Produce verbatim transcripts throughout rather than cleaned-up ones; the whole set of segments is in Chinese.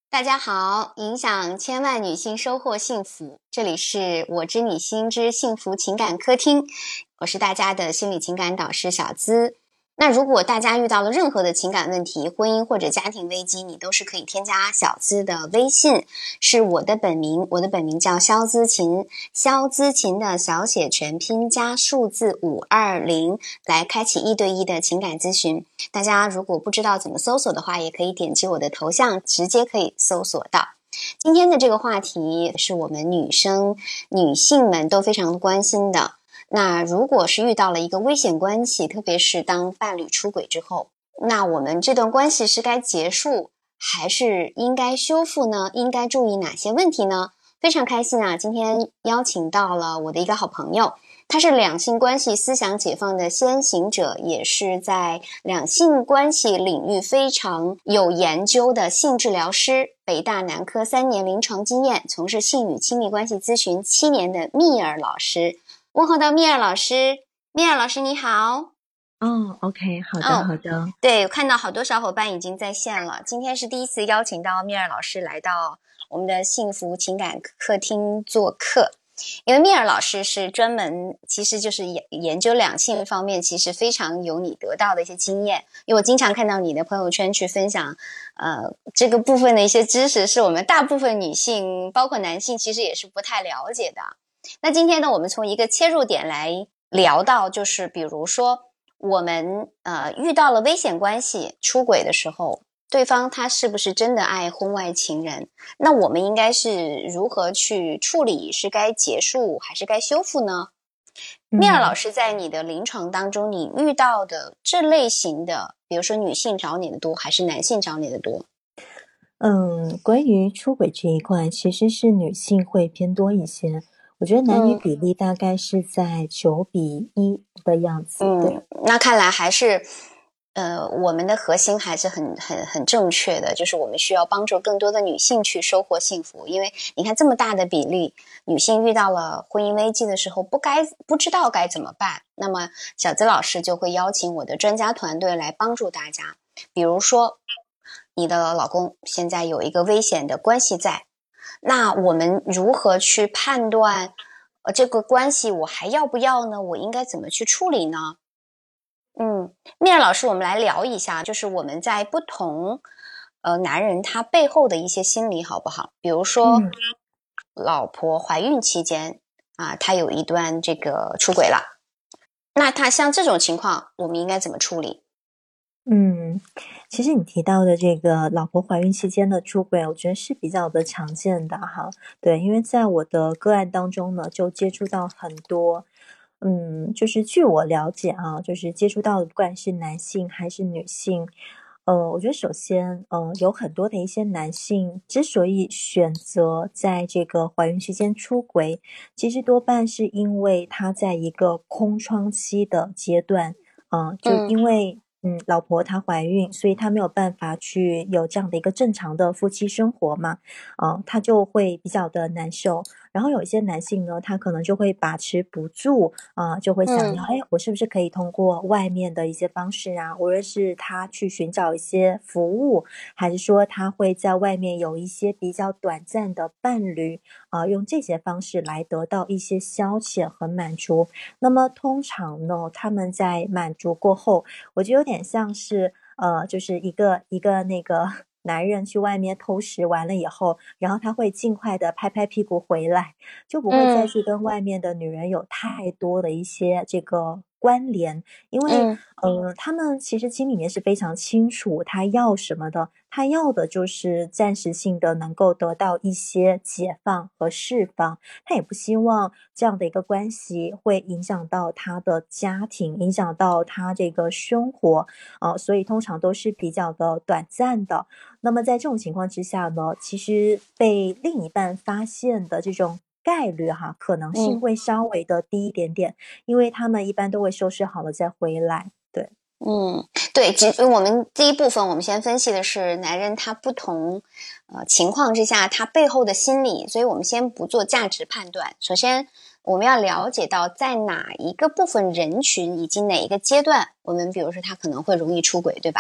大家好，影响千万女性收获幸福，这里是我知你心之幸福情感客厅，我是大家的心理情感导师小资。那如果大家遇到了任何的情感问题，婚姻或者家庭危机，你都是可以添加小资的微信，是我的本名，我的本名叫肖资琴，肖资琴的小写全拼加数字五二零，来开启一对一的情感咨询。大家如果不知道怎么搜索的话，也可以点击我的头像，直接可以搜索到。今天的这个话题是我们女生女性们都非常关心的。那如果是遇到了一个危险关系，特别是当伴侣出轨之后，那我们这段关系是该结束还是应该修复呢？应该注意哪些问题呢？非常开心啊，今天邀请到了我的一个好朋友，他是两性关系思想解放的先行者，也是在两性关系领域非常有研究的性治疗师，北大男科三年临床经验，从事性与亲密关系咨询七年的蜜儿老师。问候到蜜儿老师，蜜儿老师你好。 哦 ，OK， 好的、 哦、 好的。 对，我看到好多小伙伴已经在线了，今天是第一次邀请到蜜儿老师来到我们的幸福情感客厅做客。因为蜜儿老师是专门其实就是研研究两性方面其实非常有你得到的一些经验，因为我经常看到你的朋友圈去分享呃这个部分的一些知识，是我们大部分女性包括男性其实也是不太了解的。那今天呢，我们从一个切入点来聊到，就是比如说我们呃遇到了危险关系出轨的时候，对方他是不是真的爱婚外情人，那我们应该是如何去处理，是该结束还是该修复呢？蜜儿老师在你的临床当中，你遇到的这类型的，比如说女性找你的多还是男性找你的多？ 嗯，关于出轨这一块，其实是女性会偏多一些。我觉得男女比例大概是在九比一的样子。 嗯， 对， 那看来还是呃，我们的核心还是很很很正确的，就是我们需要帮助更多的女性去收获幸福。因为你看这么大的比例，女性遇到了婚姻危机的时候，不该不知道该怎么办，那么小资老师就会邀请我的专家团队来帮助大家。比如说你的老公现在有一个危险的关系在，那我们如何去判断呃这个关系我还要不要呢？我应该怎么去处理呢？嗯，蜜儿老师，我们来聊一下，就是我们在不同呃男人他背后的一些心理好不好？比如说， 嗯、 老婆怀孕期间啊，他有一段这个出轨了，那他像这种情况，我们应该怎么处理？ 嗯，其实你提到的这个老婆怀孕期间的出轨，我觉得是比较的常见的哈。对，因为在我的个案当中呢，就接触到很多。嗯，就是据我了解啊，就是接触到的不管是男性还是女性，呃，我觉得首先，呃，有很多的一些男性之所以选择在这个怀孕期间出轨，其实多半是因为他在一个空窗期的阶段，啊、呃，就因为。嗯，老婆她怀孕，所以她没有办法去有这样的一个正常的夫妻生活嘛，啊、呃，她就会比较的难受。然后有一些男性呢，他可能就会把持不住啊、呃，就会想要，哎、嗯，我是不是可以通过外面的一些方式啊，无论是他去寻找一些服务，还是说他会在外面有一些比较短暂的伴侣啊、呃，用这些方式来得到一些消遣和满足。那么通常呢，他们在满足过后，我觉得有点像是呃，就是一个一个那个男人去外面偷食完了以后，然后他会尽快的拍拍屁股回来，就不会再去跟外面的女人有太多的一些这个关联，因为、嗯、呃，他们其实心里面是非常清楚他要什么的，他要的就是暂时性的能够得到一些解放和释放，他也不希望这样的一个关系会影响到他的家庭，影响到他这个生活，呃，所以通常都是比较的短暂的。那么在这种情况之下呢，其实被另一半发现的这种概率哈，可能性会稍微的低一点点，嗯、因为他们一般都会收拾好了再回来。对， 嗯，对，我们第一部分我们先分析的是男人他不同呃情况之下他背后的心理，所以我们先不做价值判断。首先我们要了解到在哪一个部分人群以及哪一个阶段，我们比如说他可能会容易出轨，对吧？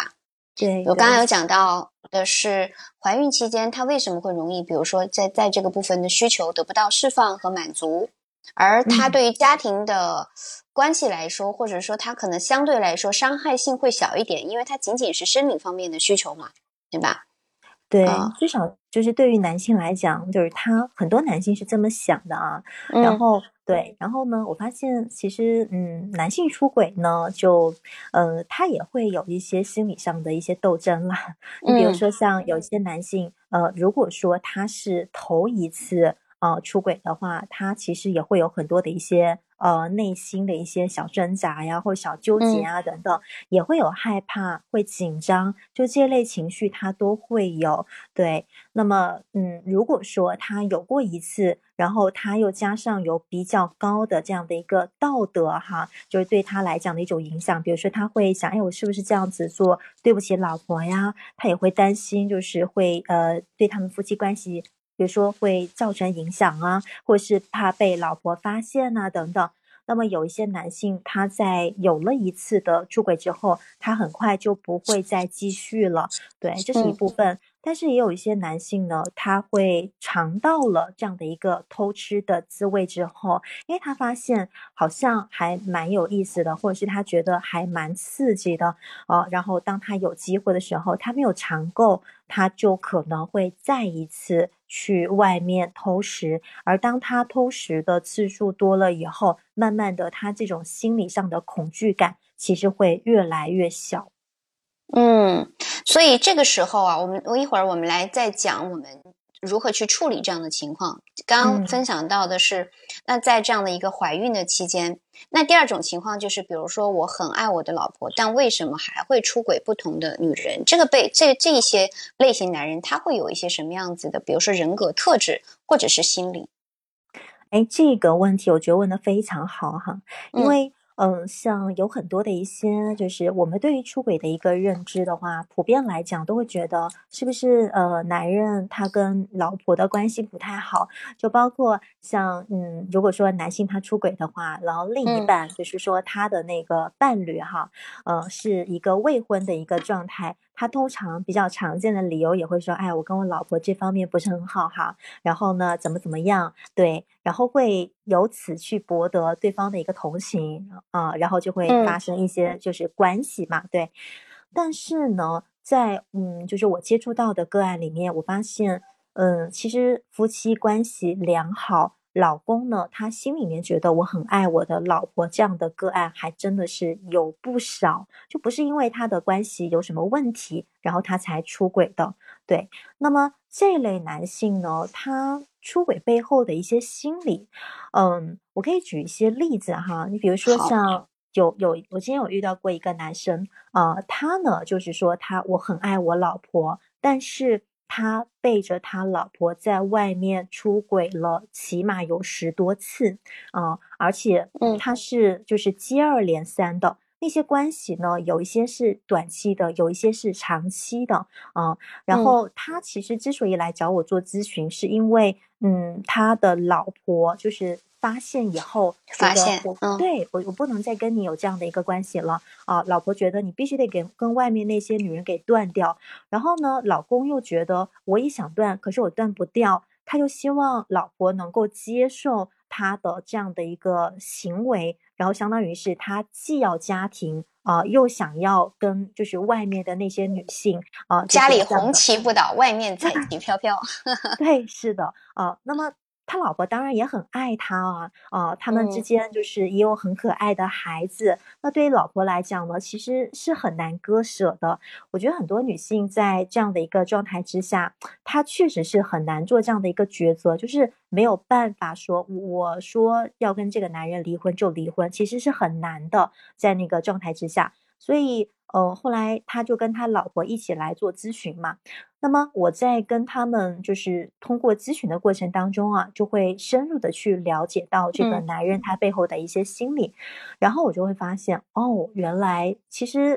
对， 我刚刚有讲到的是怀孕期间她为什么会容易比如说在在这个部分的需求得不到释放和满足，而她对于家庭的关系来说、嗯、或者说她可能相对来说伤害性会小一点，因为她仅仅是生理方面的需求嘛，对吧？ 对、呃、至少就是对于男性来讲，就是他很多男性是这么想的啊。嗯、然后对，然后呢我发现其实嗯，男性出轨呢就呃，他也会有一些心理上的一些斗争啦。你比如说像有一些男性呃，如果说他是头一次呃出轨的话，他其实也会有很多的一些呃内心的一些小挣扎呀，或小纠结啊等等、嗯、也会有害怕，会紧张，就这类情绪他都会有。对，那么嗯，如果说他有过一次，然后他又加上有比较高的这样的一个道德哈，就是对他来讲的一种影响，比如说他会想，哎，我是不是这样子做对不起老婆呀？他也会担心，就是会呃对他们夫妻关系比如说会造成影响啊，或是怕被老婆发现啊等等。那么有一些男性他在有了一次的出轨之后，他很快就不会再继续了，对，这是一部分、嗯、但是也有一些男性呢，他会尝到了这样的一个偷吃的滋味之后，因为他发现好像还蛮有意思的，或者是他觉得还蛮刺激的、呃、然后当他有机会的时候，他没有尝够，他就可能会再一次去外面偷食，而当他偷食的次数多了以后，慢慢的他这种心理上的恐惧感其实会越来越小。 嗯，所以这个时候啊，我们我一会儿我们来再讲我们如何去处理这样的情况。刚刚分享到的是、嗯、那在这样的一个怀孕的期间，那第二种情况就是比如说我很爱我的老婆，但为什么还会出轨不同的女人，这个被这这一些类型男人他会有一些什么样子的比如说人格特质或者是心理。 哎，这个问题我觉得问得非常好哈，因为、嗯嗯，像有很多的一些就是我们对于出轨的一个认知的话，普遍来讲都会觉得是不是呃男人他跟老婆的关系不太好，就包括像嗯如果说男性他出轨的话，然后另一半、嗯、就是说他的那个伴侣哈，呃是一个未婚的一个状态，他通常比较常见的理由也会说，哎，我跟我老婆这方面不是很好哈，然后呢怎么怎么样，对，然后会由此去博得对方的一个同情啊、呃，然后就会发生一些就是关系嘛、嗯、对。但是呢在嗯就是我接触到的个案里面，我发现嗯其实夫妻关系良好，老公呢他心里面觉得我很爱我的老婆，这样的个案还真的是有不少，就不是因为他的关系有什么问题然后他才出轨的。对，那么这类男性呢，他出轨背后的一些心理，嗯，我可以举一些例子哈。你比如说像有有我今天有遇到过一个男生啊、呃，他呢就是说他我很爱我老婆，但是他背着他老婆在外面出轨了起码有十多次啊、呃，而且他是就是接二连三的。嗯，那些关系呢，有一些是短期的，有一些是长期的啊、呃。然后他其实之所以来找我做咨询，是因为嗯，他的老婆就是发现以后， 发现我、嗯、对我我不能再跟你有这样的一个关系了啊、呃。老婆觉得你必须得给跟外面那些女人给断掉，然后呢，老公又觉得我也想断，可是我断不掉，他就希望老婆能够接受他的这样的一个行为，然后相当于是他既要家庭啊、呃，又想要跟就是外面的那些女性啊、呃， 家里红旗不倒，外面彩旗飘飘。 对，是的啊、呃。那么他老婆当然也很爱他啊啊、呃，他们之间就是也有很可爱的孩子、嗯。那对于老婆来讲呢，其实是很难割舍的。我觉得很多女性在这样的一个状态之下，她确实是很难做这样的一个抉择，就是没有办法说我说要跟这个男人离婚就离婚，其实是很难的，在那个状态之下。所以呃，后来他就跟他老婆一起来做咨询嘛。那么我在跟他们就是通过咨询的过程当中啊，就会深入的去了解到这个男人他背后的一些心理、嗯、然后我就会发现哦，原来其实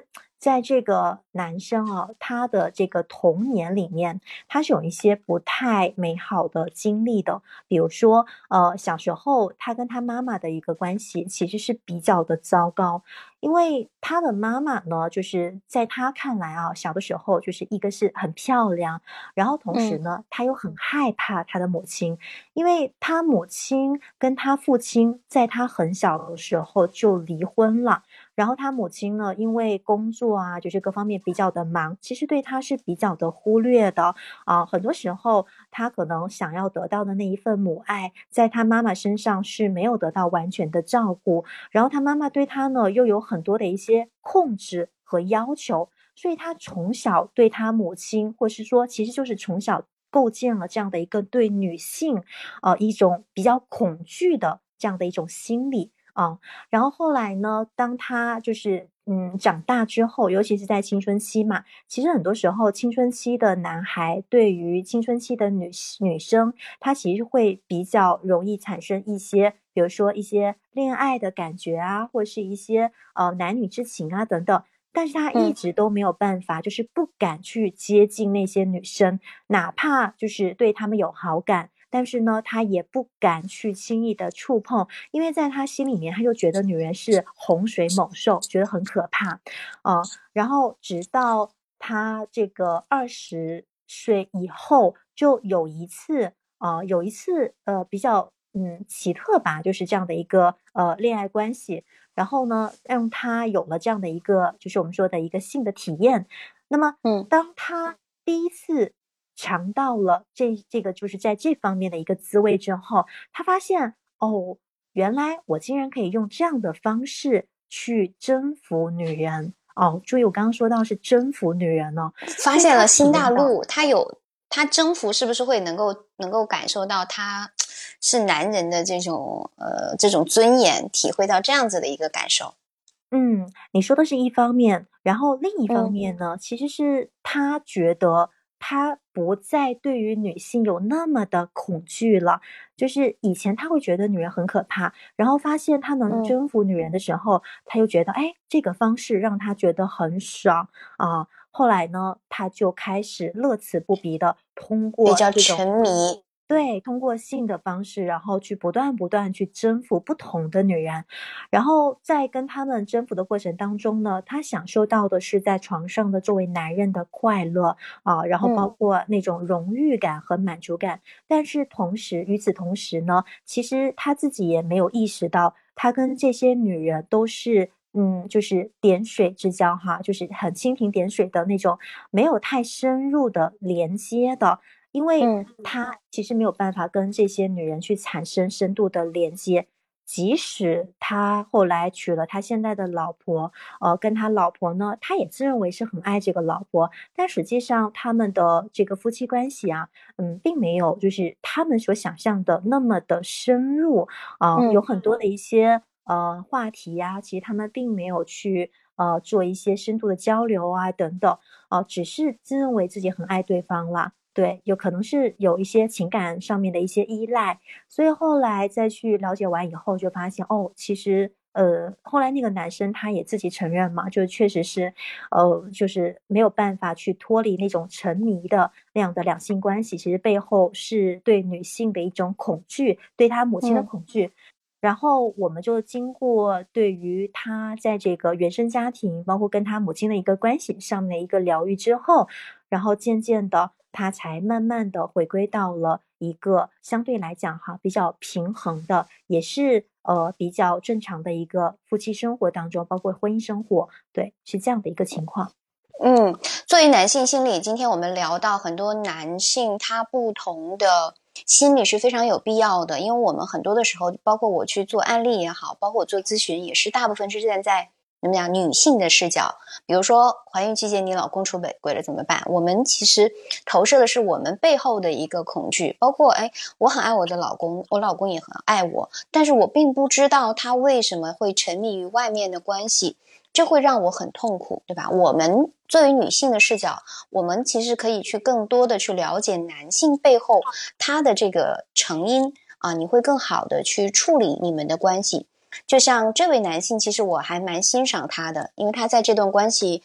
在这个男生啊，他的这个童年里面，他是有一些不太美好的经历的。比如说，呃，小时候他跟他妈妈的一个关系其实是比较的糟糕，因为他的妈妈呢，就是在他看来啊，小的时候就是一个是很漂亮，然后同时嗯呢，他又很害怕他的母亲，因为他母亲跟他父亲在他很小的时候就离婚了。然后他母亲呢，因为工作啊，就是各方面比较的忙，其实对他是比较的忽略的啊。很多时候，他可能想要得到的那一份母爱，在他妈妈身上是没有得到完全的照顾。然后他妈妈对他呢，又有很多的一些控制和要求，所以他从小对他母亲，或是说，其实就是从小构建了这样的一个对女性，呃，一种比较恐惧的这样的一种心理啊。然后后来呢，当他就是嗯长大之后，尤其是在青春期嘛，其实很多时候青春期的男孩对于青春期的女女生，他其实会比较容易产生一些，比如说一些恋爱的感觉啊，或者是一些呃男女之情啊等等。但是他一嗯直都没有办法，就是不敢去接近那些女生，哪怕就是对他们有好感，但是呢，他也不敢去轻易的触碰，因为在他心里面，他就觉得女人是洪水猛兽，觉得很可怕，呃，然后直到他这个二十岁以后，就有一次，呃，有一次，呃，比较嗯奇特吧，就是这样的一个呃恋爱关系，然后呢，让他有了这样的一个，就是我们说的一个性的体验。那么， 嗯。 当他第一次尝到了这这个就是在这方面的一个滋味之后，他发现哦，原来我竟然可以用这样的方式去征服女人哦。注意，我刚刚说到是征服女人哦， 发所以他现了新体验到， 大陆，他有他征服，是不是会能够能够感受到他是男人的这种呃这种尊严，体会到这样子的一个感受？ 嗯，你说的是一方面，然后另一方嗯面呢，其实是他觉得他不再对于女性有那么的恐惧了。就是以前他会觉得女人很可怕，然后发现他能嗯， 征服女人的时候，他又觉得，哎，这个方式让他觉得很爽啊。后来呢，他就开始乐此不疲的通比较过这种沉迷。 对，通过性的方式，然后去不断不断去征服不同的女人，然后在跟他们征服的过程当中呢，他享受到的是在床上的作为男人的快乐啊，然后包嗯括那种荣誉感和满足感。但是同时，与此同时呢，其实他自己也没有意识到，他跟这些女人都是。嗯，就是点水之交哈，就是很蜻蜓点水的那种，没有太深入的连接的。因为嗯。 他其实没有办法跟这些女人去产生深度的连接，即使他后来娶了他现在的老婆，呃，跟他老婆呢，他也自认为是很爱这个老婆，但实际上他们的这个夫妻关系啊，嗯，并没有就是他们所想象的那么的深入啊，呃，有嗯很多的一些呃话题呀，其实他们并没有去呃做一些深度的交流啊等等，啊，呃，只是自认为自己很爱对方啦。对，有可能是有一些情感上面的一些依赖，所以后来再去了解完以后，就发现哦，其实呃，后来那个男生他也自己承认嘛，就确实是，呃，就是没有办法去脱离那种沉迷的那样的两性关系，其实背后是对女性的一种恐惧，对他母亲的嗯恐惧。然后我们就经过对于他在这个原生家庭，包括跟他母亲的一个关系上面的一个疗愈之后，然后渐渐的，他才慢慢的回归到了一个相对来讲哈比较平衡的，也是呃比较正常的一个夫妻生活当中，包括婚姻生活，对，是这样的一个情况。 嗯，作为男性心理，今天我们聊到很多男性他不同的心理是非常有必要的，因为我们很多的时候，包括我去做案例也好，包括我做咨询，也是大部分是站在怎么讲女性的视角。比如说怀孕期间你老公出轨了怎么办？我们其实投射的是我们背后的一个恐惧，包括哎，我很爱我的老公，我老公也很爱我，但是我并不知道他为什么会沉迷于外面的关系。这会让我很痛苦，对吧？我们作为女性的视角，我们其实可以去更多的去了解男性背后他的这个成因啊，你会更好的去处理你们的关系。就像这位男性，其实我还蛮欣赏他的，因为他在这段关系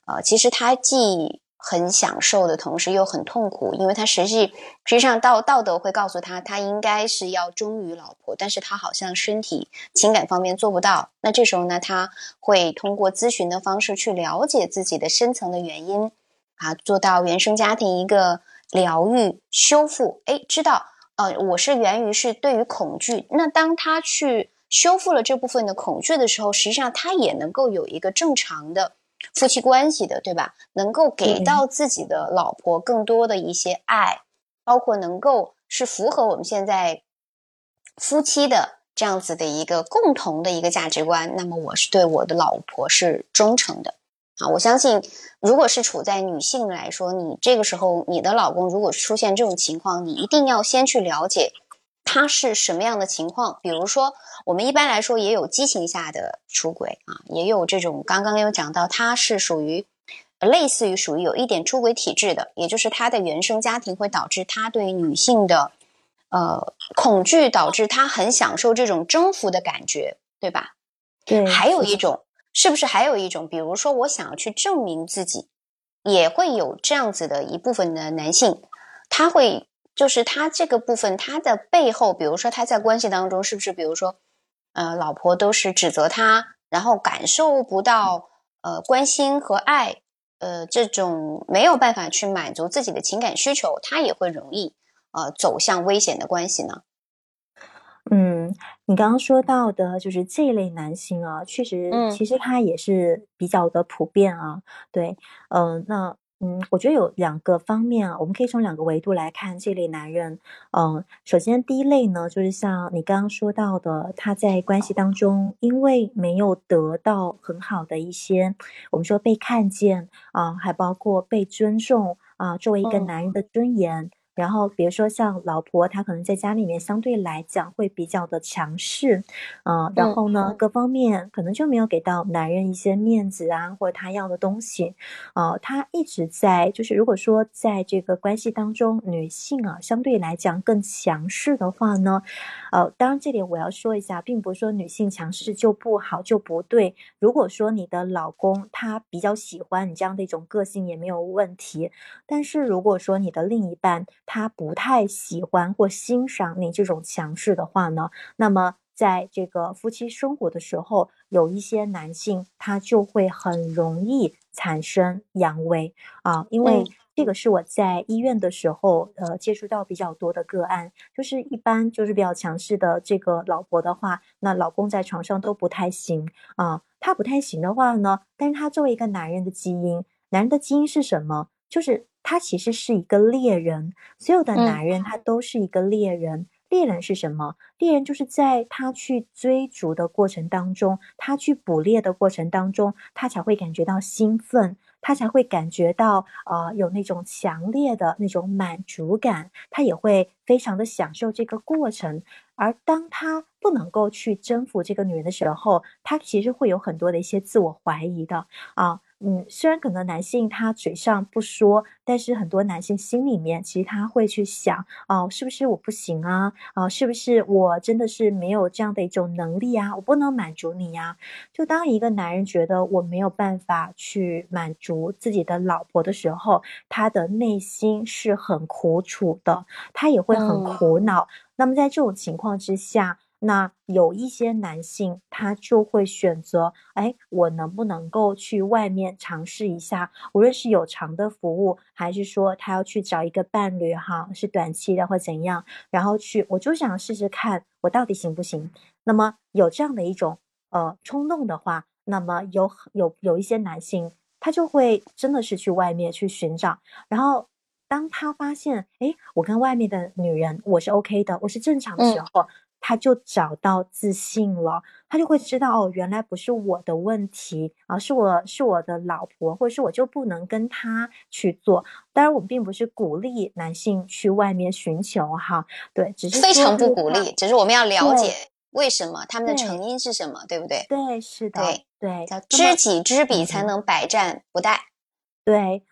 呃，其实他既很享受的同时又很痛苦，因为他实际实际上道道德会告诉他，他应该是要忠于老婆，但是他好像身体情感方面做不到。那这时候呢，他会通过咨询的方式去了解自己的深层的原因啊，做到原生家庭一个疗愈修复。诶，知道呃，我是源于是对于恐惧，那当他去修复了这部分的恐惧的时候，实际上他也能够有一个正常的夫妻关系的，对吧？能够给到自己的老婆更多的一些爱，包括能够是符合我们现在夫妻的这样子的一个共同的一个价值观，那么我是对我的老婆是忠诚的啊。我相信如果是处在女性来说，你这个时候你的老公如果出现这种情况，你一定要先去了解他是什么样的情况。比如说我们一般来说也有激情下的出轨啊，也有这种刚刚有讲到他是属于类似于属于有一点出轨体质的，也就是他的原生家庭会导致他对女性的呃恐惧，导致他很享受这种征服的感觉，对吧？ 对， 还有一种是不是还有一种比如说我想要去证明自己，也会有这样子的一部分的男性，他会就是他这个部分他的背后，比如说他在关系当中是不是比如说呃，老婆都是指责他，然后感受不到呃关心和爱，呃这种没有办法去满足自己的情感需求，他也会容易呃走向危险的关系呢？ 嗯，你刚刚说到的就是这一类男性啊，确实嗯其实他也是比较的普遍啊。对，嗯，那嗯，我觉得有两个方面啊，我们可以从两个维度来看这类男人。嗯，首先第一类呢，就是像你刚刚说到的，他在关系当中因为没有得到很好的一些我们说被看见啊，还包括被尊重啊，作为一个嗯男人的尊严。然后比如说像老婆，她可能在家里面相对来讲会比较的强势，呃，然嗯后呢，各方面可能就没有给到男人一些面子啊，或者他要的东西。呃，他一直在就是如果说在这个关系当中，女性啊，相对来讲更强势的话呢，呃，当然这点我要说一下，并不是说女性强势就不好，就不对。如果说你的老公他比较喜欢你这样的一种个性也没有问题，但是如果说你的另一半他不太喜欢或欣赏你这种强势的话呢，那么在这个夫妻生活的时候，有一些男性他就会很容易产生阳痿啊，因为嗯这个是我在医院的时候呃接触到比较多的个案，就是一般就是比较强势的这个老婆的话，那老公在床上都不太行啊，他不太行的话呢，但是他作为一个男人的基因，男人的基因是什么？就是他其实是一个猎人，所有的嗯男人他都是一个猎人。猎人是什么？猎人就是在他去追逐的过程当中，他去捕猎的过程当中，他才会感觉到兴奋，他才会感觉到呃有那种强烈的那种满足感，他也会非常的享受这个过程。而当他不能够去征服这个女人的时候，他其实会有很多的一些自我怀疑的啊。嗯，虽然可能男性他嘴上不说，但是很多男性心里面其实他会去想，哦，是不是我不行啊？啊，是不是我真的是没有这样的一种能力啊？我不能满足你呀。就当一个男人觉得我没有办法去满足自己的老婆的时候，他的内心是很苦楚的，他也会很嗯苦恼。那么在这种情况之下，那有一些男性他就会选择，哎，我能不能够去外面尝试一下，无论是有偿的服务，还是说他要去找一个伴侣哈，是短期的或怎样，然后去，我就想试试看我到底行不行。那么有这样的一种呃冲动的话，那么有有有一些男性他就会真的是去外面去寻找，然后当他发现，诶，我跟外面的女人我是 OK 的，我是正常的时嗯候，他就找到自信了，他就会知道哦，原来不是我的问题啊，是我是我的老婆，或者是我就不能跟他去做。当然，我们并不是鼓励男性去外面寻求哈，对，只是非常说就是他不鼓励，只是我们要了对解为什么他们的对成因是什么，对不对？ 对，是的， 对， 对， 叫知那么己知彼才嗯。 能百战不殆。 对，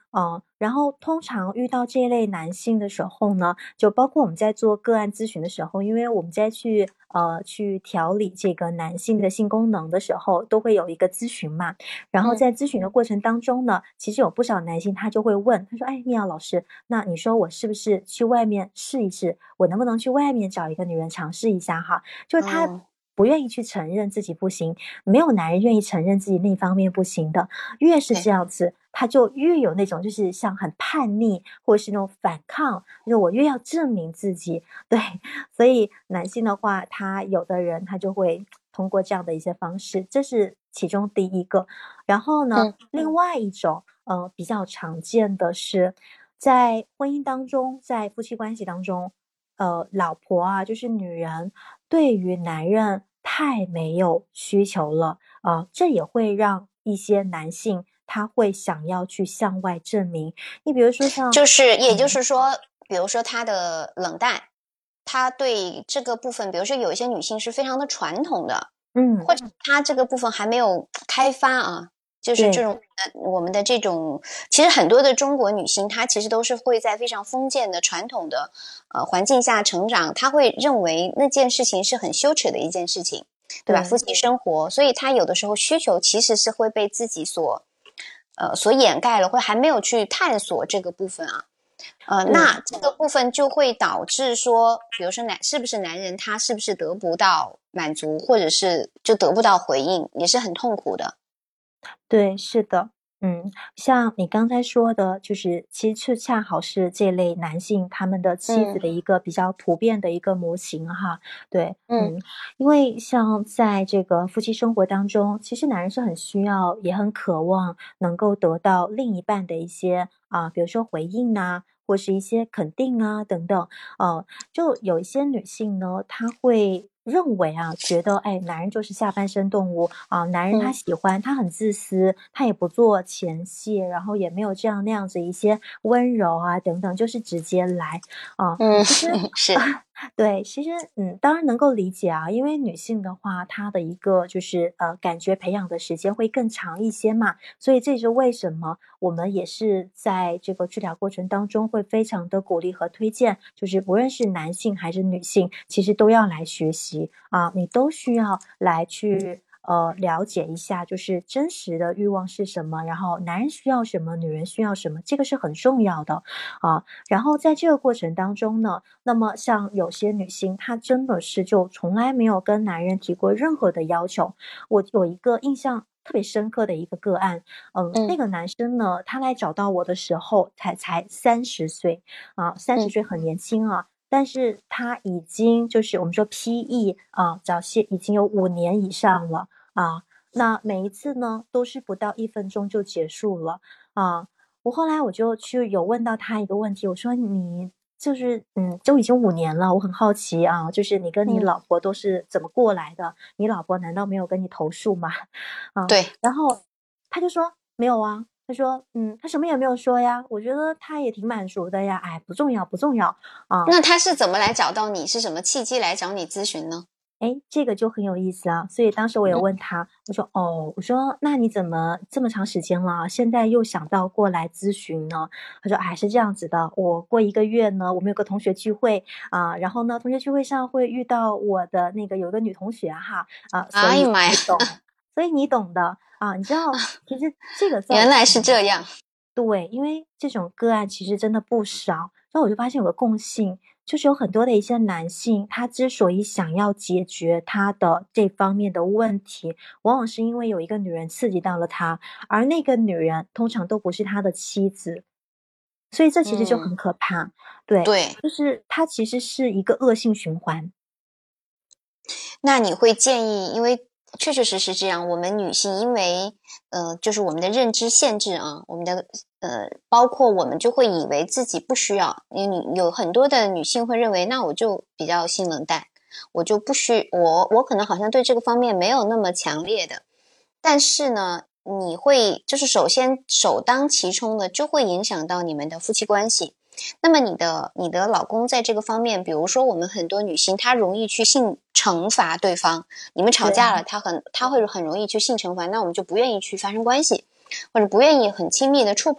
嗯，然后通常遇到这一类男性的时候呢，就包括我们在做个案咨询的时候，因为我们在去呃去调理这个男性的性功能的时候，都会有一个咨询嘛。然后在咨询的过程当中呢，其实有不少男性他就会问，他说：“哎，米娅老师，那你说我是不是去外面试一试？我能不能去外面找一个女人尝试一下哈？”就是他嗯不愿意去承认自己不行，没有男人愿意承认自己那方面不行的。越是这样子，他就越有那种就是像很叛逆，或者是那种反抗，就是我越要证明自己。对，所以男性的话，他有的人他就会通过这样的一些方式，这是其中第一个。然后呢， 嗯另外一种呃比较常见的是，在婚姻当中，在夫妻关系当中，呃，老婆啊，就是女人对于男人太没有需求了啊、呃这也会让一些男性他会想要去向外证明。你比如说像， 就是也就嗯是说，比如说他的冷淡，他对这个部分，比如说有一些女性是非常的传统的， 嗯， 或者他这个部分还没有开发啊，就是这对， 种呃我们的这种，其实很多的中国女性，她其实都是会在非常封建的传统的呃环境下成长，她会认为那件事情是很羞耻的一件事情，对吧？夫对， 妻生活，所以她有的时候需求其实是会被自己所呃所掩盖了，或还没有去探索这个部分啊。呃， 对。 那这个部分就会导致说，比如说男是不是男人他是不是得不到满足，或者是就得不到回应，也是很痛苦的。 对，是的，嗯，像你刚才说的，就是其实就恰好是这类男性他们的妻子嗯的一个比较普遍的一个模型哈。对， 嗯嗯，因为像在这个夫妻生活当中，其实男人是很需要，也很渴望能够得到另一半的一些啊，比如说回应呐、或是一些肯定啊等等。呃，就有一些女性呢，她会认为啊，觉得哎，男人就是下半身动物啊，男人他嗯喜欢，他很自私，他也不做前戏，然后也没有这样那样子一些温柔啊等等，就是直接来啊。 嗯， 其实是对，其实嗯，当然能够理解啊，因为女性的话，她的一个就是呃，感觉培养的时间会更长一些嘛，所以这是为什么我们也是在这个治疗过程当中会非常的鼓励和推荐，就是不论是男性还是女性，其实都要来学习啊，你都需要来去呃了解一下，就是真实的欲望是什么，然后男人需要什么，女人需要什么，这个是很重要的啊。然后在这个过程当中呢，那么像有些女性，她真的是就从来没有跟男人提过任何的要求。我有一个印象特别深刻的一个个案，嗯，那嗯个男生呢，他来找到我的时候才才三十岁啊，三十嗯岁很年轻啊。但是他已经就是我们说 P E 啊，早些已经有五年以上了啊。那每一次呢，都是不到一分钟就结束了啊。我后来我就去有问到他一个问题，我说你就是嗯，都已经五年了，我很好奇啊，就是你跟你嗯， 老婆都是怎么过来的？你老婆难道没有跟你投诉吗？啊， 对。 然后他就说没有啊，他说嗯，他什么也没有说呀，我觉得他也挺满足的呀，哎，不重要不重要啊。 那他是怎么来找到你？是什么契机来找你咨询呢？ 哎，这个就很有意思啊，所以当时我有嗯问他，我说：“哦，我说那你怎么这么长时间了，现在又想到过来咨询呢？”他说：“哎，是这样子的，我过一个月呢，我们有个同学聚会啊，然后呢，同学聚会上会遇到我的那个有个女同学哈，啊，所以哎呀妈呀， 你懂，所以你懂的啊，你知道，其实这个在我原来是看来， 这样。 对，因为这种个案其实真的不少，然后我就发现有个共性，就是有很多的一些男性，他之所以想要解决他的这方面的问题，往往是因为有一个女人刺激到了他，而那个女人通常都不是他的妻子，所以这其实就嗯， 很可怕。对， 对。 就是它其实是一个恶性循环。 那你会建议，因为确确实实这样，我们女性因为呃，就是我们的认知限制啊，我们的呃，包括我们就会以为自己不需要，因为你有很多的女性会认为，那我就比较性冷淡，我就不需我我可能好像对这个方面没有那么强烈的，但是呢，你会就是首先首当其冲的就会影响到你们的夫妻关系。那么你的你的老公在这个方面，比如说我们很多女性，她容易去性惩罚对方。你们吵对， 架了，她很她会很容易去性惩罚，那我们就不愿意去发生关系，或者不愿意很亲密的触碰。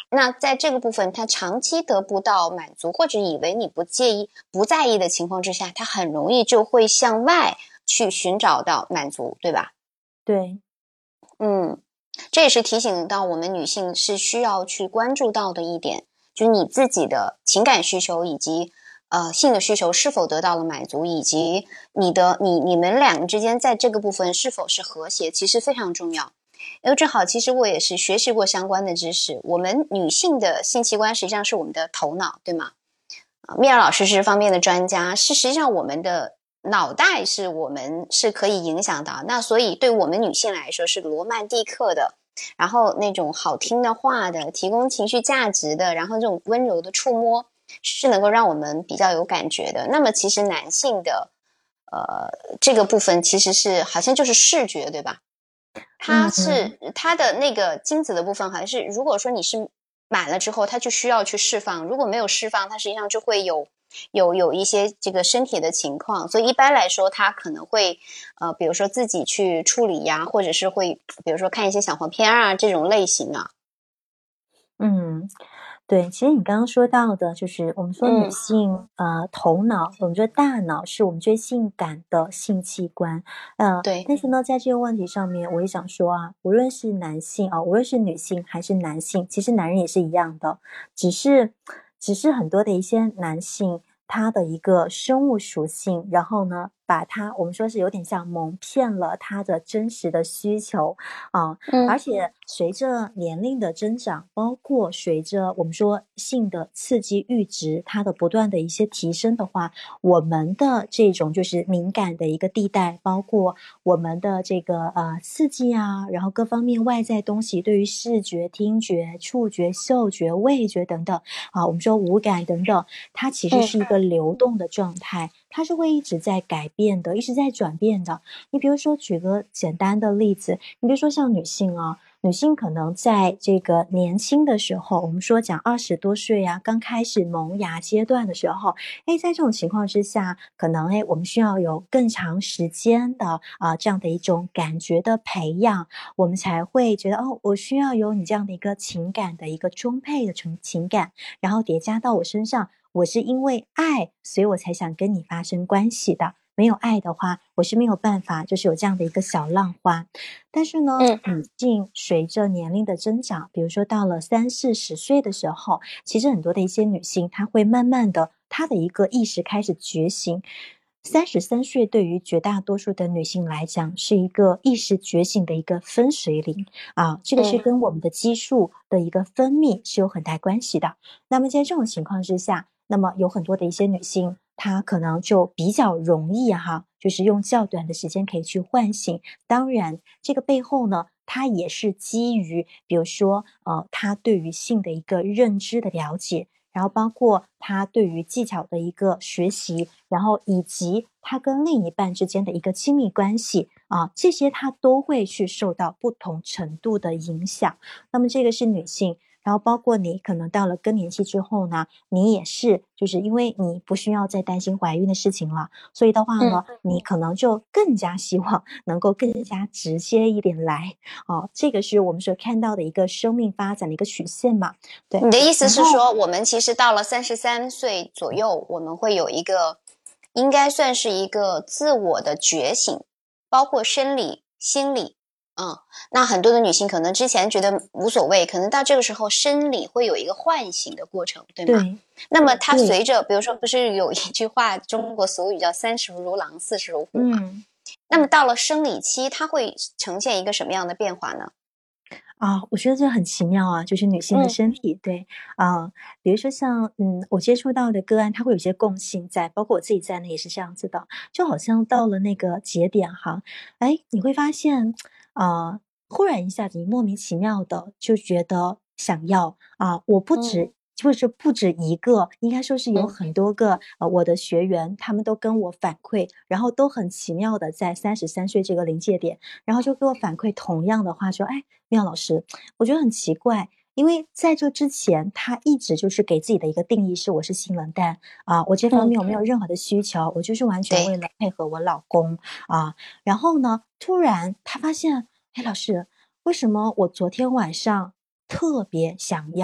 那在这个部分他长期得不到满足，或者以为你不介意不在意的情况之下，他很容易就会向外去寻找到满足，对吧？ 对， 嗯，这也是提醒到我们女性是需要去关注到的一点，就是你自己的情感需求以及呃性的需求是否得到了满足，以及你的你你们两个之间在这个部分是否是和谐，其实非常重要。因为正好其实我也是学习过相关的知识，我们女性的性器官实际上是我们的头脑，对吗？啊，米尔老师是这方面的专家，是实际上我们的脑袋是我们是可以影响的，那所以对我们女性来说是罗曼蒂克的，然后那种好听的话的，提供情绪价值的，然后这种温柔的触摸是能够让我们比较有感觉的。那么其实男性的呃这个部分其实是好像就是视觉，对吧？它是它的那个精子的部分，好像是如果说你是满了之后，它就需要去释放，如果没有释放，它实际上就会有有有一些这个身体的情况，所以一般来说，它可能会呃，比如说自己去处理呀，或者是会比如说看一些小黄片啊这种类型啊。 嗯，对，其实你刚刚说到的，就是我们说女嗯性，呃，头脑，我们说大脑是我们最性感的性器官，呃， 对， 但是呢，在这个问题上面，我也想说啊，无论是男性啊，无论是女性还是男性，其实男人也是一样的，只是，只是很多的一些男性，他的一个生物属性，然后呢，把他我们说是有点像蒙骗了他的真实的需求啊， 嗯而且随着年龄的增长，包括随着我们说性的刺激阈值它的不断的一些提升的话，我们的这种就是敏感的一个地带，包括我们的这个呃刺激啊，然后各方面外在东西对于视觉、听觉、触觉、嗅觉、味觉等等啊，我们说五感等等，它其实嗯是一个流动的状态，它是会一直在改变的，一直在转变的。你比如说举个简单的例子，你比如说像女性啊，女性可能在这个年轻的时候，我们说讲二十多岁啊，刚开始萌芽阶段的时候，哎，在这种情况之下，可能哎，我们需要有更长时间的啊、呃、这样的一种感觉的培养，我们才会觉得哦，我需要有你这样的一个情感的一个充沛的情情感，然后叠加到我身上，我是因为爱，所以我才想跟你发生关系的。没有爱的话，我是没有办法，就是有这样的一个小浪花。但是呢， 嗯女性随着年龄的增长，比如说到了三四十岁的时候，其实很多的一些女性，她会慢慢的，她的一个意识开始觉醒。三十三岁对于绝大多数的女性来讲，是一个意识觉醒的一个分水岭啊，这个是嗯跟我们的激素的一个分泌是有很大关系的。那么在这种情况之下，那么有很多的一些女性，她可能就比较容易哈，就是用较短的时间可以去唤醒。当然，这个背后呢，它也是基于，比如说，呃，她对于性的一个认知的了解，然后包括她对于技巧的一个学习，然后以及她跟另一半之间的一个亲密关系啊，这些她都会去受到不同程度的影响。那么这个是女性。然后包括你可能到了更年期之后呢，你也是，就是因为你不需要再担心怀孕的事情了，所以的话嗯， 呢，你可能就更加希望能够更加直接一点来，哦，这个是我们所看到的一个生命发展的一个曲线嘛，对。 你的意思然后是说，我们其实到了三十三岁左右，我们会有一个应该算是一个自我的觉醒，包括生理、心理。嗯，那很多的女性可能之前觉得无所谓，可能到这个时候生理会有一个唤醒的过程，对吗？ 对那么它对， 随着，比如说不是有一句话，中国俗语叫三十如狼，四十如虎嘛？ 嗯。 那么到了生理期，它会呈现一个什么样的变化呢？ 啊，我觉得这很奇妙啊，就是女性的嗯身体，对，啊，比如说像，嗯，我接触到的个案，它会有一些共性在，包括我自己在内也是这样子的，就好像到了那个节点哈，哎，你会发现，啊，忽然一下子你莫名其妙的就觉得想要啊，我不嗯止。就是不止一个，应该说是有嗯很多个呃，我的学员他们都跟我反馈，然后都很奇妙的在三十三岁这个临界点，然后就给我反馈同样的话，说，哎，妙老师，我觉得很奇怪，因为在这之前，他一直就是给自己的一个定义是我是性冷淡啊，我这方嗯， 面我没有任何的需求，我就是完全对， 为了配合我老公啊。然后呢，突然他发现，哎，老师，为什么我昨天晚上特别想要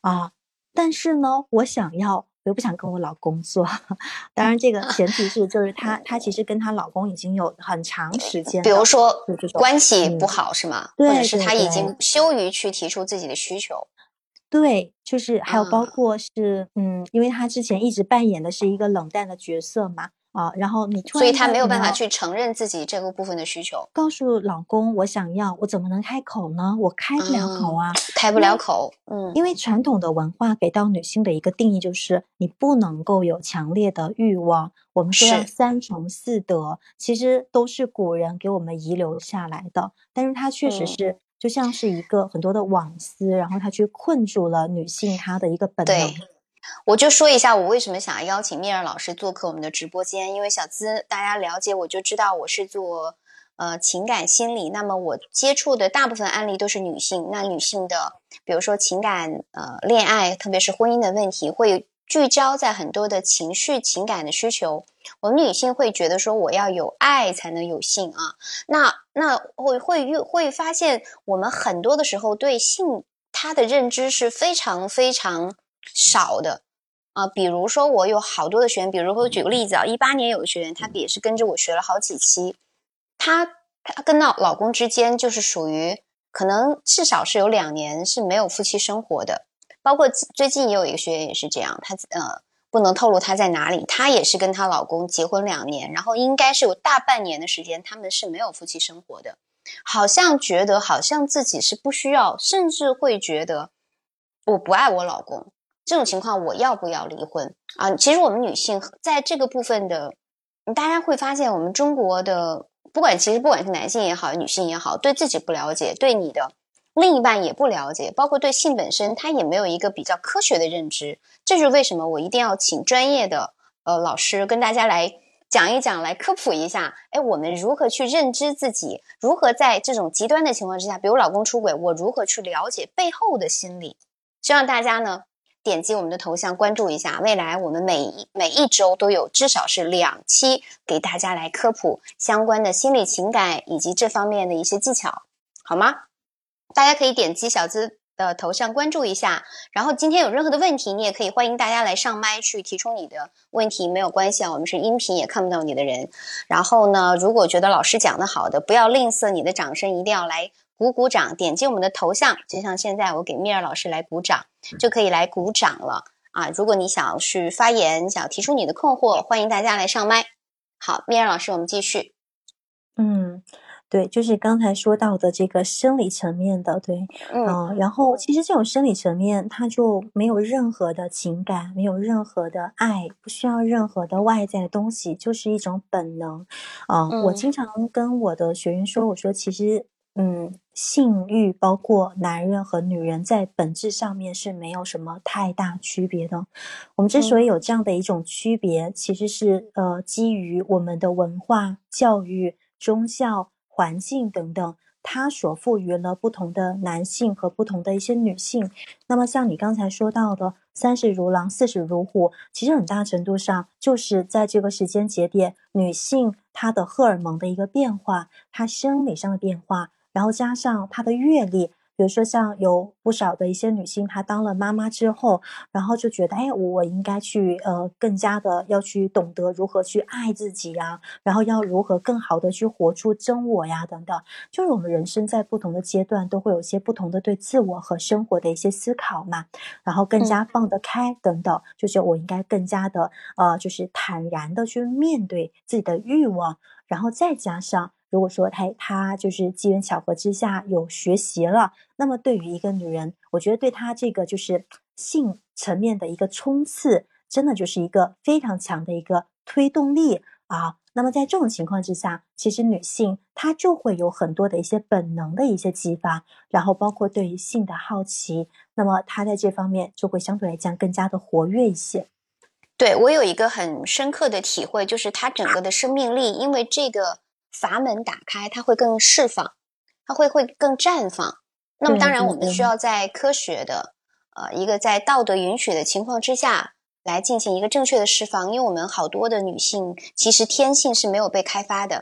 啊，但是呢，我想要，我又不想跟我老公做。当然，这个前提是就是她她其实跟她老公已经有很长时间比的如说就这种关系不嗯， 好是吗？或者对是他已对对。 经羞于去提出自己的需求？ 对，就是还有包啊， 括是嗯，因为他之前一直扮演的是一个冷淡的角色嘛，啊，然后你突然所以他没有叫你要办法去承认自己这个部分的需求。 告诉老公我想要，我怎么能开口呢？我开不了口嗯， 啊。 开不因为了口，嗯， 因为传统的文化给到女性的一个定义就是你不能够有强烈的欲望，我们说要是， 三从四德，其实都是古人给我们遗留下来的，但是它确实嗯， 是就像是一个很多的网丝，然后它去困住了女性她的一个本能。 对。我就说一下我为什么想要邀请蜜儿老师做客我们的直播间，因为小资大家了解我就知道我是做呃情感心理，那么我接触的大部分案例都是女性，那女性的比如说情感呃恋爱，特别是婚姻的问题，会聚焦在很多的情绪情感的需求。我们女性会觉得说我要有爱才能有性啊，那那会会会发现我们很多的时候对性它的认知是非常非常少的。啊、呃比如说我有好多的学员，比如说我举个例子啊，一八年有个学员，她也是跟着我学了好几期，她她跟老老公之间就是属于可能至少是有两年是没有夫妻生活的，包括最近也有一个学员也是这样，她呃不能透露她在哪里，她也是跟她老公结婚两年，然后应该是有大半年的时间他们是没有夫妻生活的，好像觉得好像自己是不需要，甚至会觉得我不爱我老公。这种情况我要不要离婚啊？其实我们女性在这个部分的，大家会发现我们中国的不管其实不管是男性也好，女性也好，对自己不了解，对你的另一半也不了解，包括对性本身，他也没有一个比较科学的认知。这是为什么我一定要请专业的呃老师跟大家来讲一讲，来科普一下，哎，我们如何去认知自己，如何在这种极端的情况之下，比如老公出轨，我如何去了解背后的心理？希望大家呢点击我们的头像关注一下，未来我们每一每一周都有至少是两期给大家来科普相关的心理情感以及这方面的一些技巧，好吗？大家可以点击小资的头像关注一下，然后今天有任何的问题，你也可以欢迎大家来上麦去提出你的问题，没有关系啊，我们是音频也看不到你的人。然后呢，如果觉得老师讲的好的，不要吝啬你的掌声，一定要来鼓鼓掌，点击我们的头像，就像现在我给蜜儿老师来鼓掌，就可以来鼓掌了啊！如果你想要去发言，想要提出你的困惑，欢迎大家来上麦。好，蜜儿老师，我们继续。 嗯，对，就是刚才说到的这个生理层面的，对， 嗯嗯，然后其实这种生理层面，它就没有任何的情感，没有任何的爱，不需要任何的外在的东西，就是一种本能。嗯，我嗯经常跟我的学员说，我说其实，嗯，性欲包括男人和女人在本质上面是没有什么太大区别的。我们之所以嗯有这样的一种区别，其实是呃基于我们的文化、教育、宗教、环境等等，它所赋予了不同的男性和不同的一些女性。那么像你刚才说到的三十如狼，四十如虎，其实很大程度上就是在这个时间节点，女性她的荷尔蒙的一个变化，她生理上的变化，然后加上她的阅历。比如说像有不少的一些女性，她当了妈妈之后，然后就觉得，哎，我应该去呃更加的要去懂得如何去爱自己呀，然后要如何更好的去活出真我呀等等。就是我们人生在不同的阶段都会有一些不同的对自我和生活的一些思考嘛，然后更加嗯放得开等等，就是我应该更加的呃就是坦然的去面对自己的欲望，然后再加上如果说他他就是机缘巧合之下有学习了，那么对于一个女人，我觉得对她这个就是性层面的一个冲刺，真的就是一个非常强的一个推动力啊。那么在这种情况之下，其实女性她就会有很多的一些本能的一些激发，然后包括对于性的好奇，那么她在这方面就会相对来讲更加的活跃一些。 对，我有一个很深刻的体会，就是它整个的生命力，因为这个阀门打开，它会更释放，它会会更绽放。那么当然， 对对对， 我们需要在科学的，呃，一个在道德允许的情况之下来进行一个正确的释放，因为我们好多的女性其实天性是没有被开发的，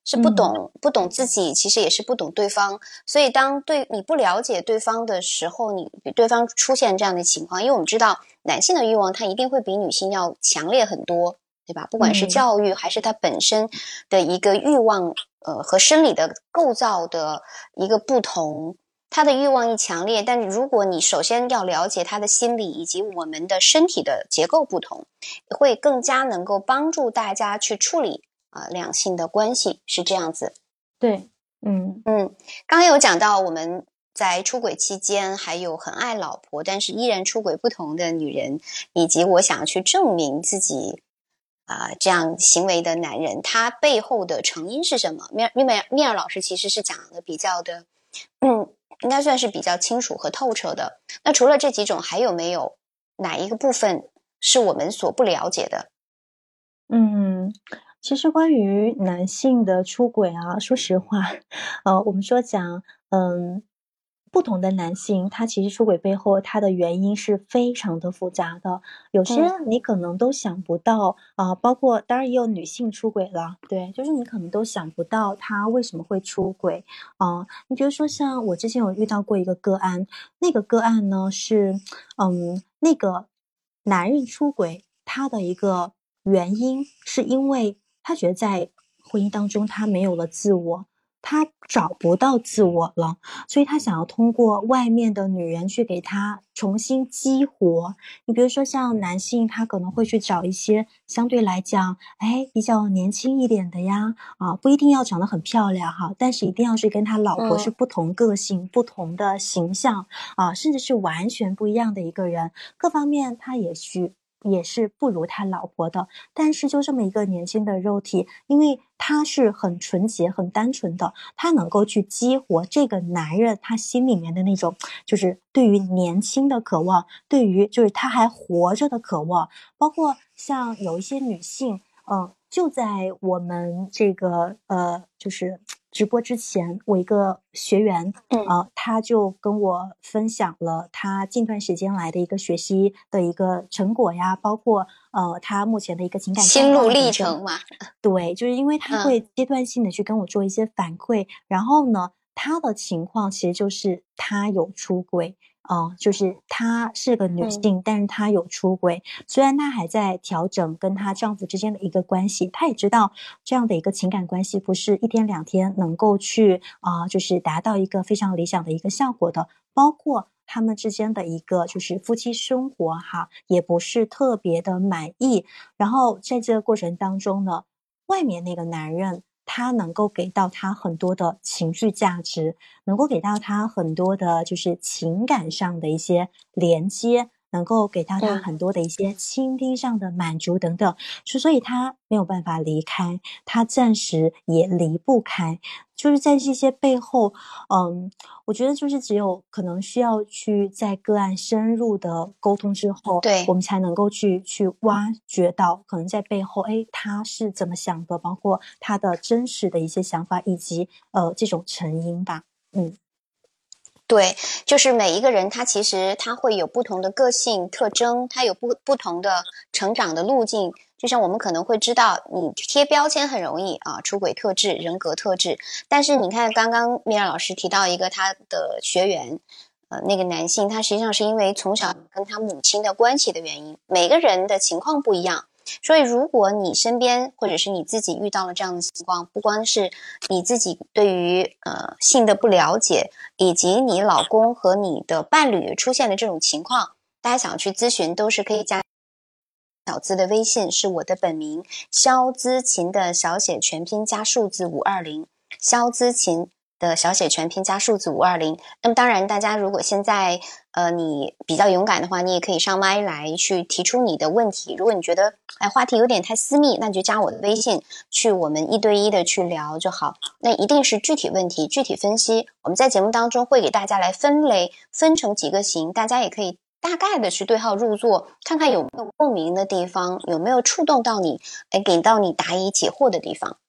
是不懂、嗯、不懂自己，其实也是不懂对方。所以当对你不了解对方的时候，你对方出现这样的情况，因为我们知道男性的欲望它一定会比女性要强烈很多，对吧？不管是教育还是他本身的一个欲望，呃，和生理的构造的一个不同，他的欲望一强烈，但如果你首先要了解他的心理以及我们的身体的结构不同，会更加能够帮助大家去处理啊、呃、两性的关系，是这样子。 对，嗯嗯，刚刚有讲到我们在出轨期间还有很爱老婆但是依然出轨不同的女人，以及我想去证明自己啊、呃、这样行为的男人，他背后的成因是什么？米尔米尔米尔老师其实是讲的比较的，嗯，应该算是比较清楚和透彻的。那除了这几种，还有没有哪一个部分是我们所不了解的？ 嗯，其实关于男性的出轨啊，说实话，呃，我们说讲，嗯，不同的男性，他其实出轨背后，他的原因是非常的复杂的。有些你可能都想不到啊、呃，包括当然也有女性出轨了，对，就是你可能都想不到他为什么会出轨啊、呃。你比如说，像我之前有遇到过一个个案，那个个案呢是，嗯，那个男人出轨，他的一个原因是因为他觉得在婚姻当中他没有了自我，他找不到自我了，所以他想要通过外面的女人去给他重新激活。你比如说像男性，他可能会去找一些相对来讲哎比较年轻一点的呀，啊不一定要长得很漂亮哈，但是一定要是跟他老婆是不同个性、嗯、不同的形象啊，甚至是完全不一样的一个人，各方面他也许也是不如他老婆的，但是就这么一个年轻的肉体，因为他是很纯洁很单纯的，他能够去激活这个男人他心里面的那种就是对于年轻的渴望，对于就是他还活着的渴望。包括像有一些女性嗯，就在我们这个呃就是直播之前，我一个学员呃，他就跟我分享了他近段时间来的一个学习的一个成果呀，包括呃他目前的一个情感心路历程嘛。 对，就是因为他会阶段性的去跟我做一些反馈、嗯、然后呢他的情况其实就是他有出轨哦、呃，就是她是个女性、嗯、但是她有出轨，虽然她还在调整跟她丈夫之间的一个关系，她也知道这样的一个情感关系不是一天两天能够去啊、呃，就是达到一个非常理想的一个效果的，包括他们之间的一个就是夫妻生活哈，也不是特别的满意。然后在这个过程当中呢，外面那个男人他能够给到他很多的情绪价值，能够给到他很多的就是情感上的一些连接，能够给到他很多的一些倾听上的满足等等，所以他没有办法离开，他暂时也离不开。就是在这些背后嗯，我觉得就是只有可能需要去在个案深入的沟通之后， 对， 我们才能够去去挖掘到可能在背后诶他是怎么想的，包括他的真实的一些想法以及呃这种成因吧。嗯， 对，就是每一个人他其实他会有不同的个性特征，他有不不同的成长的路径。就像我们可能会知道你贴标签很容易啊，出轨特质、人格特质，但是你看刚刚米尔老师提到一个他的学员呃，那个男性他实际上是因为从小跟他母亲的关系的原因，每个人的情况不一样，所以如果你身边或者是你自己遇到了这样的情况，不光是你自己对于呃性的不了解，以及你老公和你的伴侣出现的这种情况，大家想去咨询都是可以加小资的微信，是我的本名肖资琴的小写全拼加数字五二零，肖资琴的小写全拼加数字五二零。那么当然大家如果现在呃你比较勇敢的话，你也可以上麦来去提出你的问题，如果你觉得哎话题有点太私密，那你就加我的微信去我们一对一的去聊就好，那一定是具体问题具体分析，我们在节目当中会给大家来分类，分成几个型，大家也可以大概的去对号入座，看看有没有共鸣的地方，有没有触动到你，哎，给到你答疑解惑的地方。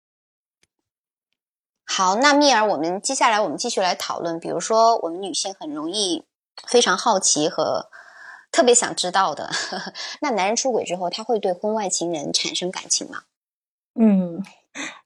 好，那蜜儿，我们接下来我们继续来讨论，比如说我们女性很容易非常好奇和特别想知道的，呵呵，那男人出轨之后，他会对婚外情人产生感情吗？ 嗯，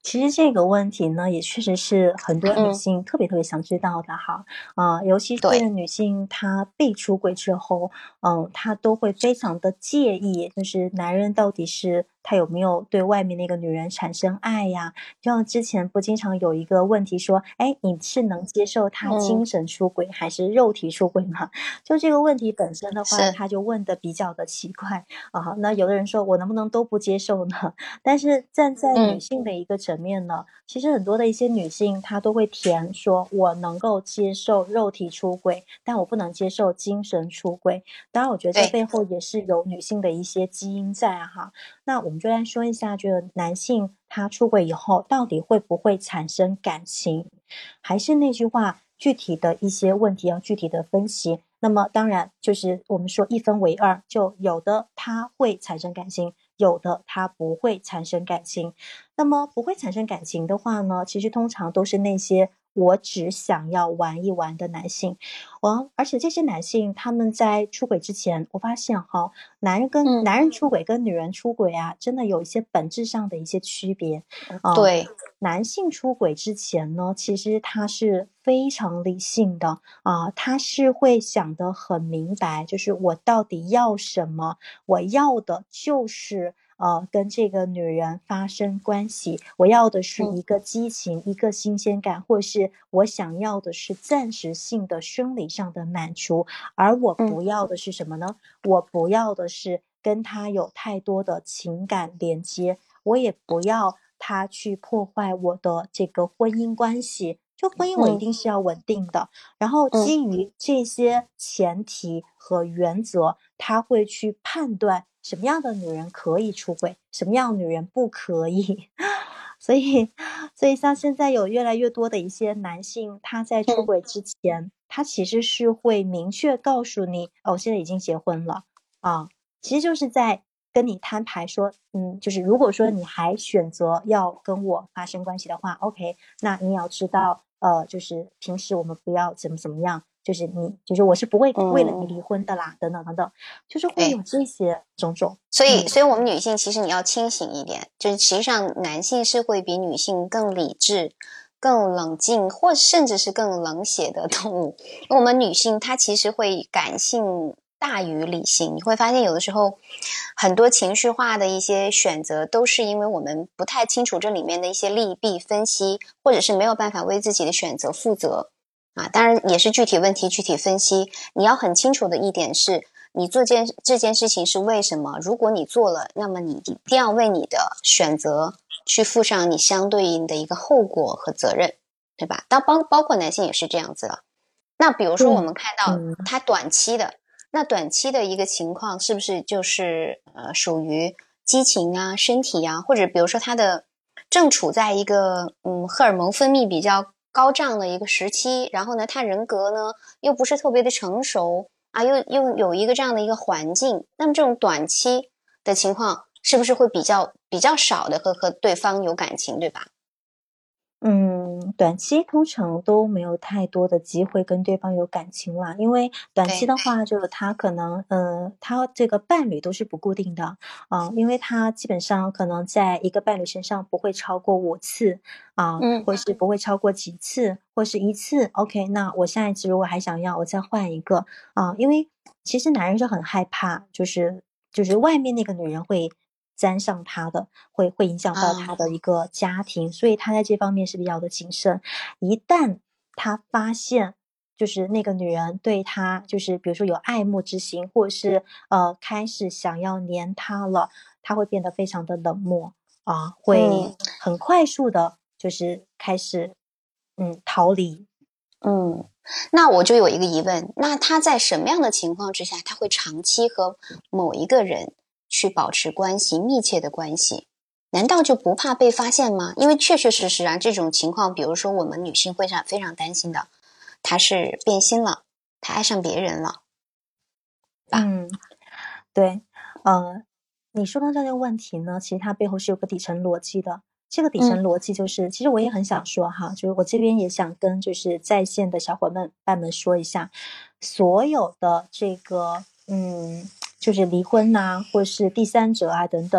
其实这个问题呢，也确实是很多女嗯， 性特别特别想知道的哈。啊、呃尤其对， 是女性她被出轨之后，嗯、她都会非常的介意，就是男人到底是他有没有对外面那个女人产生爱呀？就像之前不经常有一个问题说，哎，你是能接受他嗯， 精神出轨还是肉体出轨吗？就这个问题本身的话， 是， 他就问的比较的奇怪啊。那有的人说我能不能都不接受呢？但是站在女嗯， 性的一个层面呢，其实很多的一些女性她都会填说，我能够接受肉体出轨，但我不能接受精神出轨。当然，我觉得这对， 背后也是有女性的一些基因在啊哈。那我们就来说一下，这个男性他出轨以后，到底会不会产生感情？还是那句话，具体的一些问题要具体的分析。那么当然就是我们说一分为二，就有的他会产生感情，有的他不会产生感情。那么不会产生感情的话呢，其实通常都是那些我只想要玩一玩的男性。我而且这些男性他们在出轨之前，我发现哈，男人跟嗯， 男人出轨跟女人出轨啊，真的有一些本质上的一些区别。啊、 对， 男性出轨之前呢，其实他是非常理性的啊、他是会想得很明白，就是我到底要什么，我要的就是呃跟这个女人发生关系，我要的是嗯， 一个激情，一个新鲜感，或是我想要的是暂时性的生理上的满足，而我嗯， 不要的是什么呢？我不要的是跟他有太多的情感连接，我也不要他去破坏我的这个婚姻关系。就婚姻我一嗯， 定是要稳定的，然后嗯， 基于这些前提和原则，他会去判断什么样的女人可以出轨，什么样的女人不可以。所以，所以像现在有越来越多的一些男性，他在出嗯， 轨之前，他其实是会明确告诉你，哦，我现在已经结婚了啊，其实就是在跟你摊牌说，嗯，就是如果说你还选择要跟我发生关系的话，OK，那你也要知道，呃，就是平时我们不要怎么怎么样，就是你，就是我是不会为了你嗯， 离婚的啦，等等等等，就是会有对。 这些种种， 所以， 嗯所以我们女性其实你要清醒一点，就是实际上男性是会比女性更理智、更冷静，或甚至是更冷血的动物。我们女性她其实会感性大于理性，你会发现有的时候很多情绪化的一些选择，都是因为我们不太清楚这里面的一些利弊分析，或者是没有办法为自己的选择负责啊。当然也是具体问题具体分析，你要很清楚的一点是。你做件这件事情是为什么？如果你做了，那么你一定要为你的选择去负上你相对应的一个后果和责任，对吧？当包包括男性也是这样子的。那比如说我对， 们看到嗯。 他短期的，那短期的一个情况是不是就是呃属于激情啊、身体啊，或者比如说他的正处在一个嗯荷尔蒙分泌比较高涨的一个时期，然后呢，他人格呢又不是特别的成熟。啊，又又有一个这样的一个环境，那么这种短期的情况是不是会比较比较少的和和对方有感情，对吧？ 嗯，短期通常都没有太多的机会跟对方有感情啦，因为短期对， 的话，就是他可能，呃，他这个伴侣都是不固定的，啊、因为他基本上可能在一个伴侣身上不会超过五次，啊、 嗯， 或是不会超过几次，或是一次。OK，那我下一次如果还想要，我再换一个啊、因为其实男人是很害怕，就是就是外面那个女人会沾上他的，会会影响到他啊， 的一个家庭，所以他在这方面是比较的谨慎。一旦他发现就是那个女人对他就是比如说有爱慕之心，或者是呃开始想要黏他了，他会变得非常的冷漠啊，会嗯很快速的就是开始嗯逃离。 嗯，那我就有一个疑问，那他在什么样的情况之下，他会长期和某一个人去保持关系，密切的关系？难道就不怕被发现吗？因为确确实实啊，这种情况，比如说我们女性会上非常担心的，他是变心了，他爱上别人了，吧？ 嗯，对，呃，你说到这个问题呢，其实它背后是有个底层逻辑的。这个底嗯层逻辑就是，其实我也很想说哈，就是我这边也想跟就是在线的小伙伴伴们说一下，所有的这个嗯，就是离婚呐、或是第三者啊等等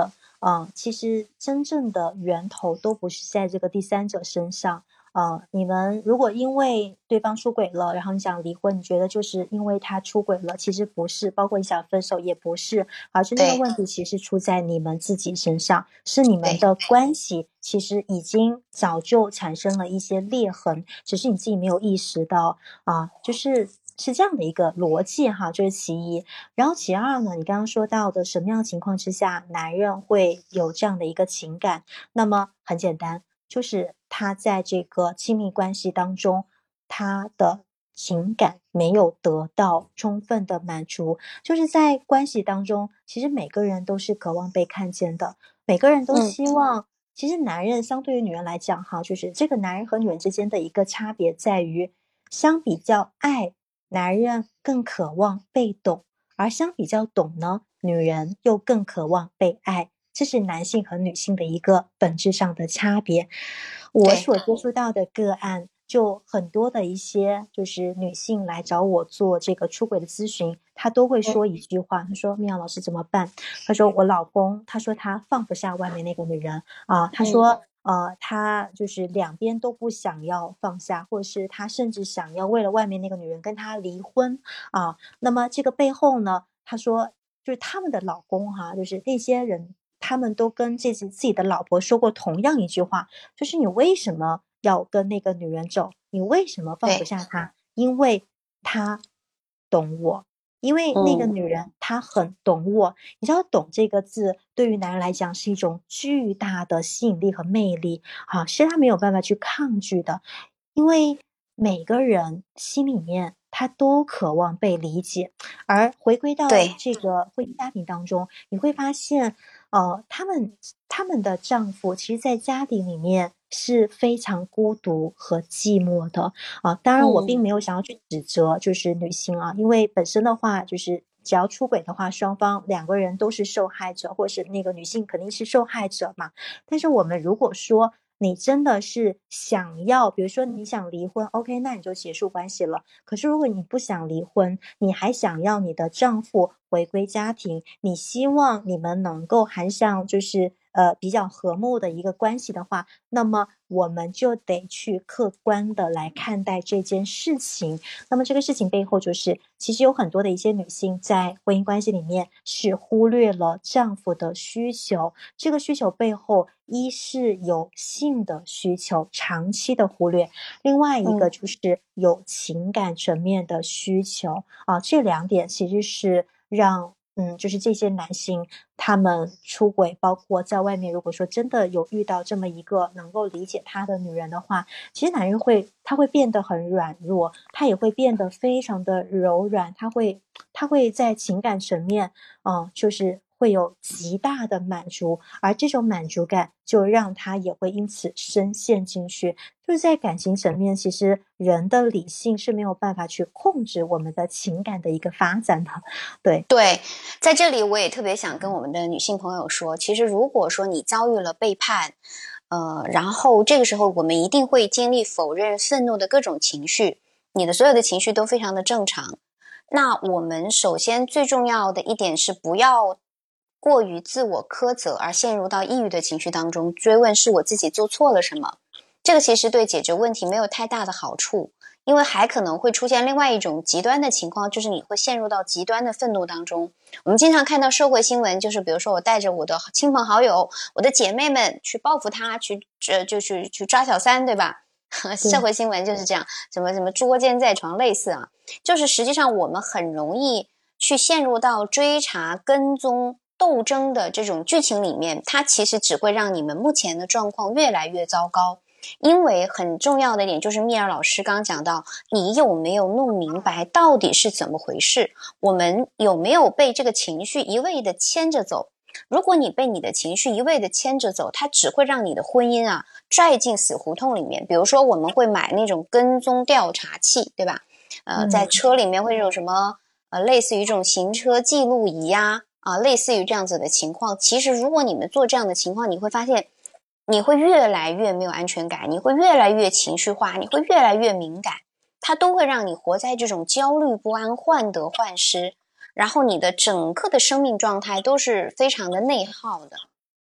呃，其实真正的源头都不是在这个第三者身上。呃，你们如果因为对方出轨了，然后你想离婚，你觉得就是因为他出轨了，其实不是，包括你想分手也不是，而是那个问题其实出在你们自己身上，是你们的关系其实已经早就产生了一些裂痕，只是你自己没有意识到啊、呃，就是是这样的一个逻辑哈，这是其一。然后其二呢，你刚刚说到的什么样的情况之下男人会有这样的一个情感，那么很简单，就是他在这个亲密关系当中，他的情感没有得到充分的满足。就是在关系当中，其实每个人都是渴望被看见的，每个人都希望、嗯、其实男人相对于女人来讲哈，就是这个男人和女人之间的一个差别在于，相比较爱，男人更渴望被懂，而相比较懂呢，女人又更渴望被爱，这是男性和女性的一个本质上的差别。我所接触到的个案，就很多的一些就是女性来找我做这个出轨的咨询，她都会说一句话，她说：“蜜瑶老师怎么办？”她说：“我老公，他说他放不下外面那个女人啊，他说。”呃，他就是两边都不想要放下，或者是他甚至想要为了外面那个女人跟他离婚啊。那么这个背后呢，他说就是他们的老公哈，就是那些人他们都跟这自己的老婆说过同样一句话，就是你为什么要跟那个女人走？你为什么放不下她？因为她懂我。因为那个女人她很懂我、嗯、你知道懂这个字对于男人来讲是一种巨大的吸引力和魅力啊，是他没有办法去抗拒的。因为每个人心里面他都渴望被理解，而回归到这个婚姻家庭当中，你会发现呃，他们他们的丈夫其实在家庭里面是非常孤独和寂寞的啊。当然我并没有想要去指责就是女性啊、嗯、因为本身的话就是只要出轨的话，双方两个人都是受害者，或是那个女性肯定是受害者嘛。但是我们如果说你真的是想要，比如说你想离婚 OK， 那你就结束关系了。可是如果你不想离婚，你还想要你的丈夫回归家庭，你希望你们能够还像就是呃比较和睦的一个关系的话，那么我们就得去客观的来看待这件事情。那么这个事情背后就是其实有很多的一些女性在婚姻关系里面是忽略了丈夫的需求，这个需求背后一是有性的需求长期的忽略，另外一个就是有情感层面的需求、嗯、啊，这两点其实是让嗯，就是这些男性他们出轨，包括在外面如果说真的有遇到这么一个能够理解他的女人的话，其实男人会他会变得很软弱，他也会变得非常的柔软，他会他会在情感层面嗯、呃，就是会有极大的满足，而这种满足感就让他也会因此深陷进去。就是在感情层面，其实人的理性是没有办法去控制我们的情感的一个发展的。对对，在这里我也特别想跟我们的女性朋友说，其实如果说你遭遇了背叛，呃，然后这个时候我们一定会经历否认、愤怒的各种情绪，你的所有的情绪都非常的正常。那我们首先最重要的一点是不要过于自我苛责，而陷入到抑郁的情绪当中，追问是我自己做错了什么。这个其实对解决问题没有太大的好处，因为还可能会出现另外一种极端的情况，就是你会陷入到极端的愤怒当中。我们经常看到社会新闻，就是比如说我带着我的亲朋好友、我的姐妹们去报复他，去呃就去去抓小三，对吧？社会新闻就是这样，什么什么捉奸在床类似啊，就是实际上我们很容易去陷入到追查、跟踪、斗争的这种剧情里面，它其实只会让你们目前的状况越来越糟糕。因为很重要的一点就是蜜儿老师刚刚讲到，你有没有弄明白到底是怎么回事，我们有没有被这个情绪一味的牵着走。如果你被你的情绪一味的牵着走，它只会让你的婚姻啊拽进死胡同里面。比如说我们会买那种跟踪调查器，对吧？呃，在车里面会有什么呃类似于这种行车记录仪呀啊、呃，类似于这样子的情况。其实如果你们做这样的情况，你会发现你会越来越没有安全感，你会越来越情绪化，你会越来越敏感，它都会让你活在这种焦虑不安、患得患失，然后你的整个的生命状态都是非常的内耗的。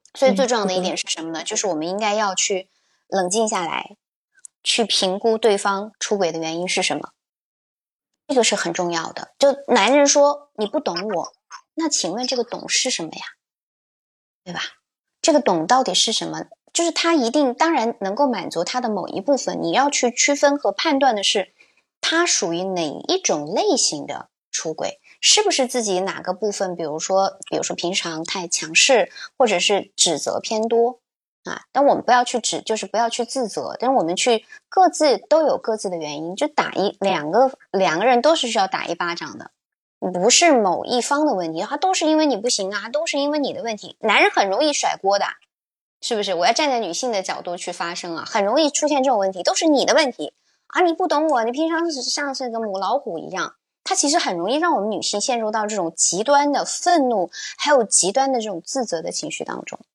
所以最重要的一点是什么呢？就是我们应该要去冷静下来，去评估对方出轨的原因是什么，这个是很重要的。就男人说你不懂我，那请问这个懂是什么呀？对吧？这个懂到底是什么？就是他一定当然能够满足他的某一部分，你要去区分和判断的是他属于哪一种类型的出轨，是不是自己哪个部分，比如说比如说平常太强势，或者是指责偏多啊。但我们不要去指，就是不要去自责，但是我们去各自都有各自的原因，就打一两个两个人都是需要打一巴掌的，不是某一方的问题，他都是因为你不行啊，都是因为你的问题。男人很容易甩锅的，是不是？我要站在女性的角度去发声啊，很容易出现这种问题，都是你的问题啊！你不懂我，你平常像是个母老虎一样。它其实很容易让我们女性陷入到这种极端的愤怒，还有极端的这种自责的情绪当中。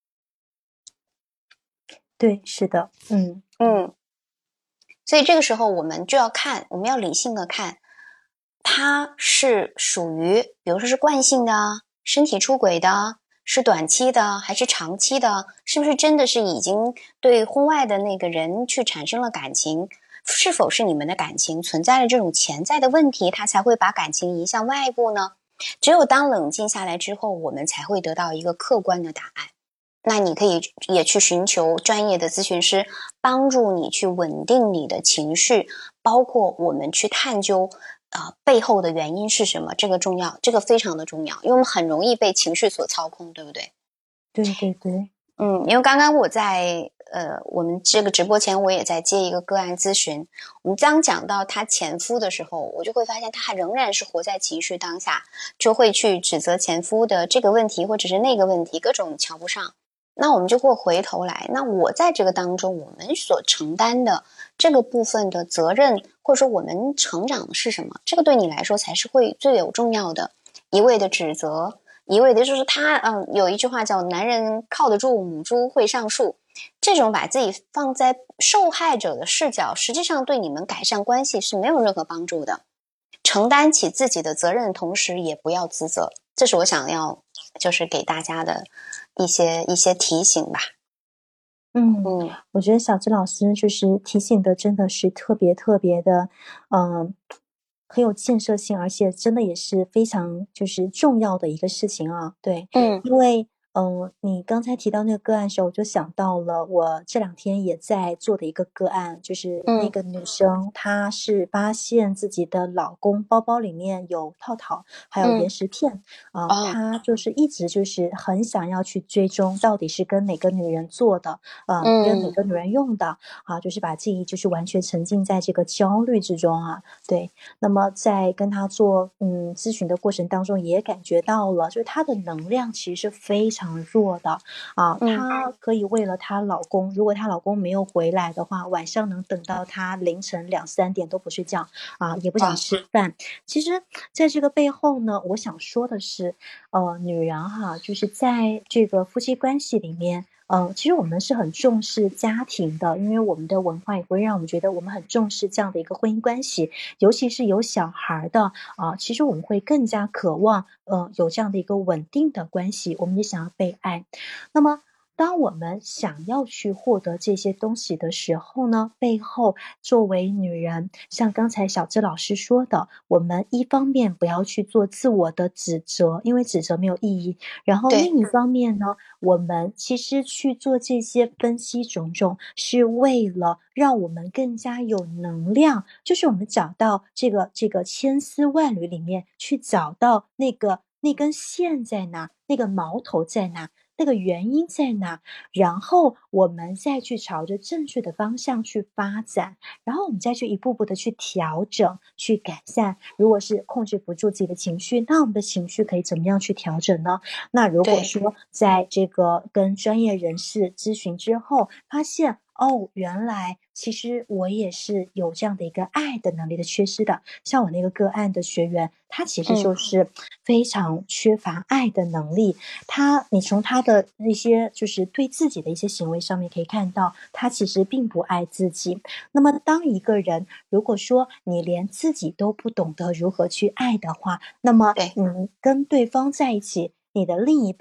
对，是的，嗯嗯。所以这个时候我们就要看，我们要理性的看，它是属于，比如说是惯性的、身体出轨的，是短期的还是长期的？是不是真的是已经对婚外的那个人去产生了感情？是否是你们的感情存在了这种潜在的问题，他才会把感情移向外部呢？只有当冷静下来之后，我们才会得到一个客观的答案。那你可以也去寻求专业的咨询师，帮助你去稳定你的情绪，包括我们去探究呃背后的原因是什么，这个重要，这个非常的重要，因为我们很容易被情绪所操控，对不对？ 对对对， 嗯，因为刚刚我在呃我们这个直播前，我也在接一个个案咨询，我们当讲到她前夫的时候，我就会发现她仍然是活在情绪当下，就会去指责前夫的这个问题或者是那个问题，各种瞧不上。那我们就会回头来，那我在这个当中，我们所承担的这个部分的责任，或者说我们成长的是什么？这个对你来说才是会最有重要的。一味的指责，一味的就是他，嗯，有一句话叫"男人靠得住，母猪会上树"。这种把自己放在受害者的视角，实际上对你们改善关系是没有任何帮助的。承担起自己的责任的同时，也不要自责，这是我想要就是给大家的一些一些提醒吧。 嗯嗯， 我觉得小芝老师就是提醒的真的是特别特别的，嗯，很有建设性，而且真的也是非常就是重要的一个事情啊。对， 嗯因为嗯、呃，你刚才提到那个个案的时候，我就想到了我这两天也在做的一个个案，就是那嗯个女生，她是发现自己的老公包包里面有套套，还有嗯， 延时片啊、呃， 哦， 她就是一直就是很想要去追踪到底是跟哪个女人做的，呃，跟哪嗯个女人用的啊，就是把自己就是完全沉浸在这个焦虑之中啊。对，那么在跟她做嗯咨询的过程当中，也感觉到了，就是她的能量其实是非常弱的啊。 嗯她可以为了她老公，如果她老公没有回来的话，晚上能等到她凌晨两三点都不睡觉啊，也不想吃饭。其实在这个背后呢，我想说的是，呃，女人哈，就是在这个夫妻关系里面。嗯、呃，其实我们是很重视家庭的，因为我们的文化也会让我们觉得我们很重视这样的一个婚姻关系，尤其是有小孩的啊、呃，其实我们会更加渴望，呃，有这样的一个稳定的关系，我们也想要被爱。那么，当我们想要去获得这些东西的时候呢，背后作为女人，像刚才小芝老师说的，我们一方面不要去做自我的指责，因为指责没有意义。然后另一方面呢，我们其实去做这些分析种种，是为了让我们更加有能量，就是我们找到这个这个千丝万缕里面去找到那个那根线在哪，那个矛头在哪。那个原因在哪？然后我们再去朝着正确的方向去发展，然后我们再去一步步的去调整、去改善。如果是控制不住自己的情绪，那我们的情绪可以怎么样去调整呢？那如果说在这个跟专业人士咨询之后，发现哦，原来其实我也是有这样的一个爱的能力的缺失的。像我那个个案的学员，他其实就是非常缺乏爱的能力。他，你从他的那些就是对自己的一些行为上面可以看到，他其实并不爱自己。那么，当一个人如果说你连自己都不懂得如何去爱的话，那么嗯，跟对方在一起，你的另一半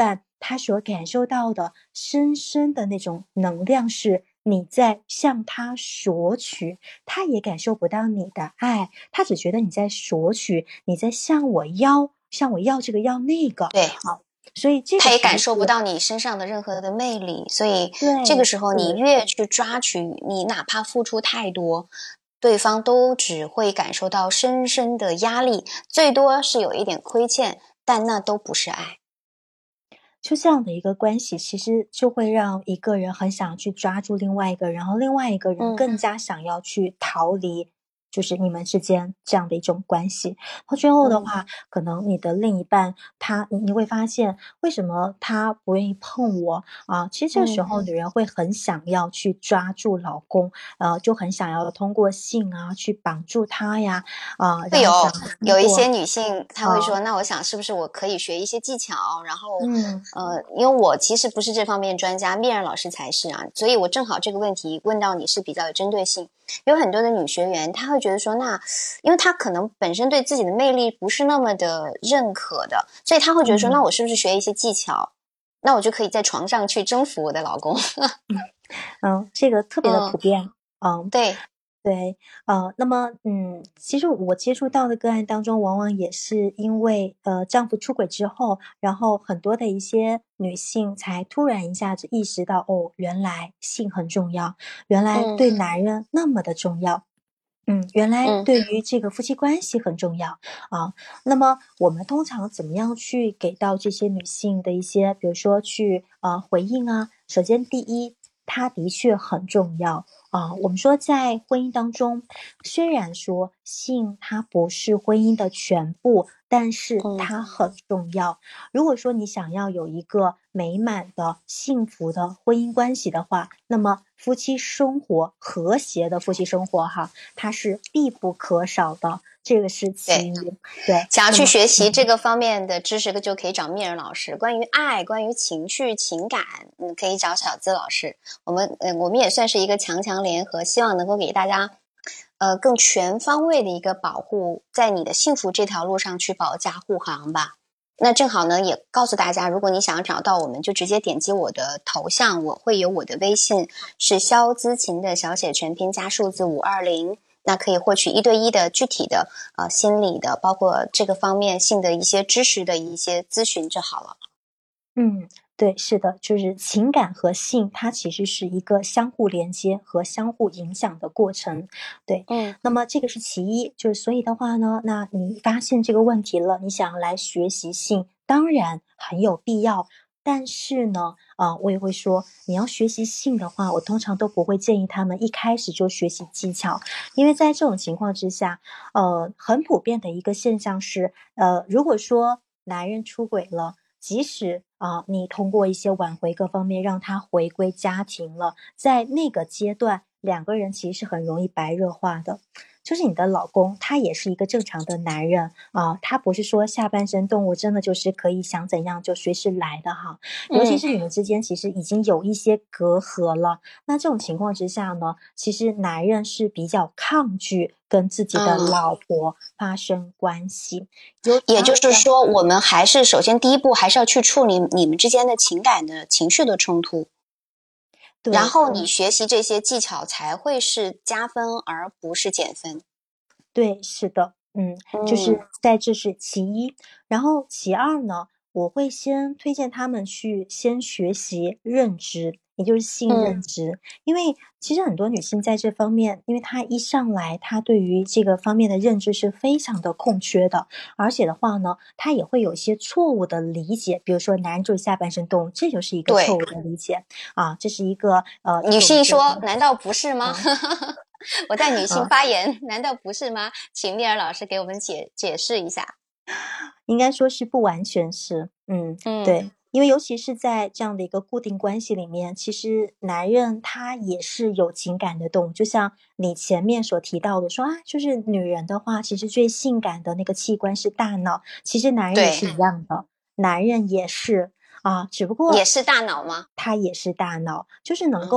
他所感受到的深深的那种能量是你在向他索取，他也感受不到你的爱，他只觉得你在索取，你在向我要，向我要这个要那个。 对， 好，所以这个他也感受不到你身上的任何的魅力，所以这个时候你越去抓取，你哪怕付出太多，对方都只会感受到深深的压力，最多是有一点亏欠，但那都不是爱。 就这样的一个关系，其实就会让一个人很想去抓住另外一个人，然后另外一个人更加想要去逃离，就是你们之间这样的一种关系。到最后的话，嗯、可能你的另一半他你你会发现，为什么他不愿意碰我啊？其实这时候女人会很想要去抓住老公，呃，就很想要通过性啊去绑住他呀，啊， 会有有一些女性性她会说、哦、那我想是不是我可以学一些技巧，然后嗯呃，因为我其实不是这方面专家，蜜儿老师才是啊，所以我正好这个问题问到你是比较有针对性。有很多的女学员她会觉得说，那因为她可能本身对自己的魅力不是那么的认可的，所以她会觉得说、嗯、那我是不是学一些技巧，那我就可以在床上去征服我的老公。 嗯，这个特别的普遍。嗯， 嗯对对，呃，那么，嗯，其实我接触到的个案当中，往往也是因为，呃，丈夫出轨之后，然后很多的一些女性才突然一下子意识到，哦，原来性很重要，原来对男人那么的重要。嗯，嗯原来对于这个夫妻关系很重要、嗯、啊。那么我们通常怎么样去给到这些女性的一些，比如说去呃回应啊？首先，第一，它的确很重要。啊、呃，我们说在婚姻当中，虽然说性它不是婚姻的全部，但是它很重要。如果说你想要有一个美满的、幸福的婚姻关系的话，那么夫妻生活和谐的夫妻生活哈，它是必不可少的。这个是其一。对，对想要去学习这个方面的知识，就可以找蜜儿老师。关于爱，关于情绪、情感，嗯，可以找小资老师。我们，嗯，我们也算是一个强强联合，希望能够给大家，呃，更全方位的一个保护，在你的幸福这条路上去保驾护航吧。那正好呢，也告诉大家，如果你想找到我们，就直接点击我的头像，我会有我的微信，是肖姿琴的小写全拼加数字五二零。那可以获取一对一的具体的呃心理的，包括这个方面性的一些知识的一些咨询就好了。 嗯，对，是的，就是情感和性，它其实是一个相互连接和相互影响的过程。对， 嗯， 那么这个是其一，就是所以的话呢，那你发现这个问题了，你想来学习性，当然很有必要。但是呢，呃，我也会说，你要学习性的话，我通常都不会建议他们一开始就学习技巧，因为在这种情况之下，呃，很普遍的一个现象是，呃，如果说男人出轨了，即使啊、呃，你通过一些挽回各方面让他回归家庭了，在那个阶段，两个人其实是很容易白热化的。就是你的老公他也是一个正常的男人啊、呃，他不是说下半身动物真的就是可以想怎样就随时来的哈，尤其是你们之间其实已经有一些隔阂了、嗯、那这种情况之下呢，其实男人是比较抗拒跟自己的老婆发生关系、 嗯、也就是说我们还是首先第一步还是要去处理你们之间的情感的情绪的冲突，然后你学习这些技巧才会是加分而不是减分。 对，是的，嗯，就是在这是其一。然后其二呢，我会先推荐他们去先学习认知，也就是性认知、嗯、因为其实很多女性在这方面，因为她一上来她对于这个方面的认知是非常的空缺的，而且的话呢，她也会有一些错误的理解，比如说男人就是下半身动物，这就是一个错误的理解啊，这是一个呃女性说难道不是吗、嗯我代女性发言、啊、难道不是吗？请蜜儿老师给我们解解释一下。 应该说是不完全是，嗯，嗯对，因为尤其是在这样的一个固定关系里面，其实男人他也是有情感的动物，就像你前面所提到的说啊，就是女人的话，其实最性感的那个器官是大脑，其实男人也是一样的，男人也是啊，只不过也是大脑吗？ 他也是大脑，就是能够、嗯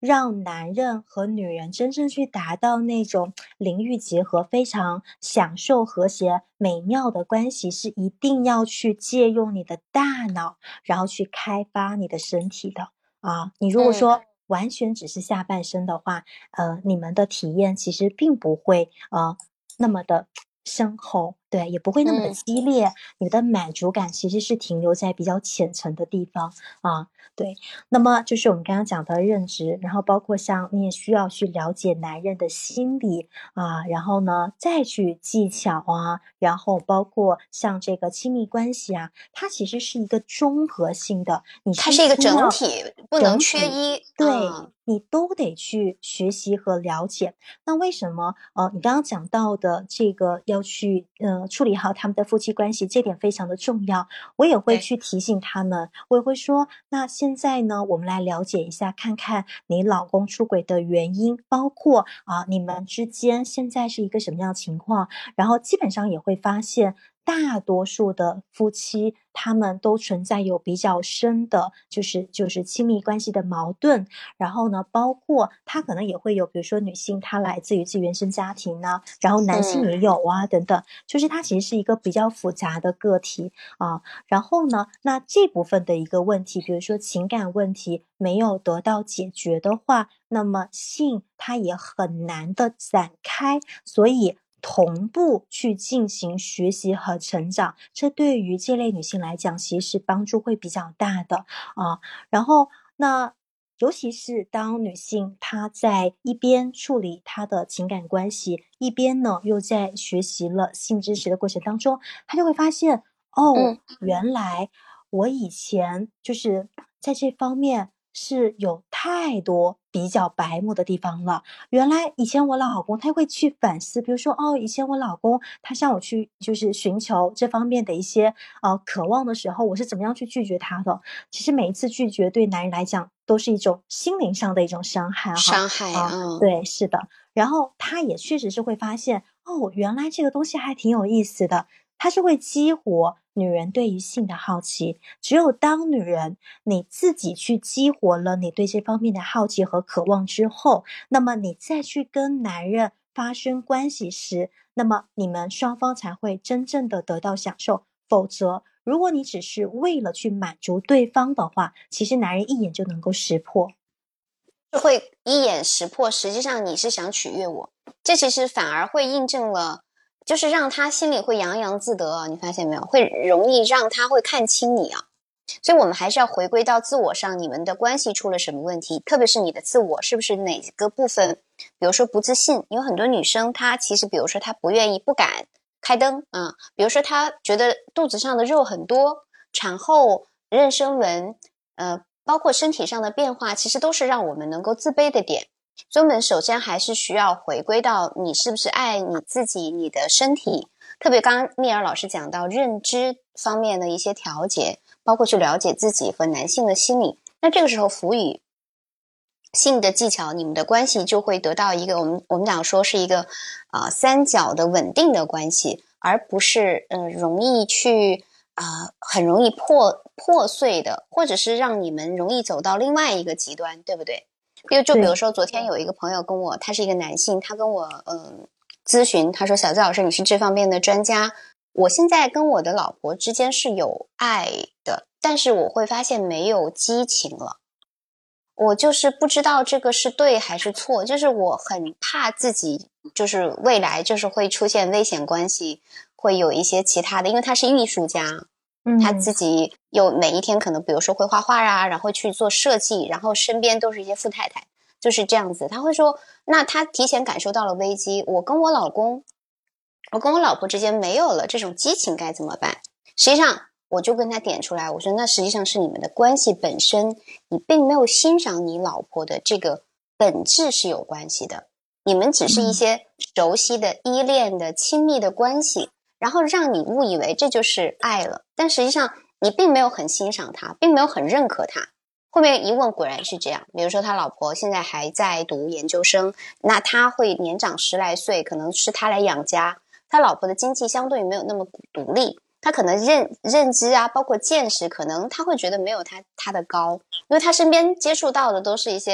让男人和女人真正去达到那种灵域结合，非常享受和谐美妙的关系，是一定要去借用你的大脑，然后去开发你的身体的啊。你如果说完全只是下半身的话，呃，你们的体验其实并不会呃那么的深厚，对，也不会那么的激烈，嗯、你的满足感其实是停留在比较浅层的地方啊。对，那么就是我们刚刚讲的认知，然后包括像你也需要去了解男人的心理啊，然后呢再去技巧啊，然后包括像这个亲密关系啊，它其实是一个综合性的，你它是一个整体，不能缺一， 对。 嗯你都得去学习和了解。那为什么呃，你刚刚讲到的这个要去呃处理好他们的夫妻关系，这点非常的重要。我也会去提醒他们，我也会说，那现在呢，我们来了解一下，看看你老公出轨的原因，包括啊、呃、你们之间现在是一个什么样的情况，然后基本上也会发现。大多数的夫妻，他们都存在有比较深的，就是就是亲密关系的矛盾。然后呢，包括他可能也会有，比如说女性她来自于自原生家庭呢，然后男性也有啊、嗯、等等，就是它其实是一个比较复杂的个体啊。然后呢，那这部分的一个问题，比如说情感问题没有得到解决的话，那么性它也很难的展开，所以同步去进行学习和成长，这对于这类女性来讲其实帮助会比较大的啊。然后那尤其是当女性她在一边处理她的情感关系，一边呢又在学习了性知识的过程当中，她就会发现哦、嗯、原来我以前就是在这方面是有太多比较白目的地方了。原来以前我老公他会去反思，比如说哦，以前我老公他向我去就是寻求这方面的一些呃渴望的时候，我是怎么样去拒绝他的。其实每一次拒绝对男人来讲都是一种心灵上的一种伤害哈， 伤害啊、 嗯，对，是的。然后他也确实是会发现哦，原来这个东西还挺有意思的，它是会激活女人对于性的好奇。只有当女人你自己去激活了你对这方面的好奇和渴望之后，那么你再去跟男人发生关系时，那么你们双方才会真正的得到享受。否则如果你只是为了去满足对方的话，其实男人一眼就能够识破， 就会一眼识破实际上你是想取悦我，这其实反而会印证了，就是让他心里会洋洋自得啊，你发现没有，会容易让他会看清你啊。所以我们还是要回归到自我上，你们的关系出了什么问题，特别是你的自我是不是哪个部分，比如说不自信，有很多女生她其实比如说她不愿意不敢开灯啊，比如说她觉得肚子上的肉很多，产后妊娠纹呃，包括身体上的变化，其实都是让我们能够自卑的点。所以我们首先还是需要回归到你是不是爱你自己，你的身体，特别刚刚聂尔老师讲到认知方面的一些调节，包括去了解自己和男性的心理，那这个时候辅以性的技巧，你们的关系就会得到一个我们我们讲说是一个啊、呃、三角的稳定的关系，而不是嗯、呃、容易去啊、呃、很容易破破碎的，或者是让你们容易走到另外一个极端，对不对？比如就比如说昨天有一个朋友跟我，他是一个男性，他跟我嗯、呃、咨询，他说小资老师你是这方面的专家，我现在跟我的老婆之间是有爱的，但是我会发现没有激情了。我就是不知道这个是对还是错，就是我很怕自己就是未来就是会出现危险关系，会有一些其他的，因为他是艺术家，他自己有每一天可能比如说会画画啊，然后去做设计，然后身边都是一些富太太，就是这样子。他会说那他提前感受到了危机，我跟我老公我跟我老婆之间没有了这种激情该怎么办？实际上我就跟他点出来，我说那实际上是你们的关系本身，你并没有欣赏你老婆的这个本质是有关系的，你们只是一些熟悉的依恋的亲密的关系，然后让你误以为这就是爱了，但实际上你并没有很欣赏他，并没有很认可他。后面一问果然是这样，比如说他老婆现在还在读研究生，那他会年长十来岁，可能是他来养家，他老婆的经济相对没有那么独立，他可能认认知啊，包括见识，可能他会觉得没有他他的高，因为他身边接触到的都是一些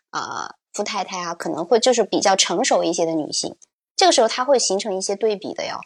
呃富太太啊，可能会就是比较成熟一些的女性，这个时候它会形成一些对比的哟。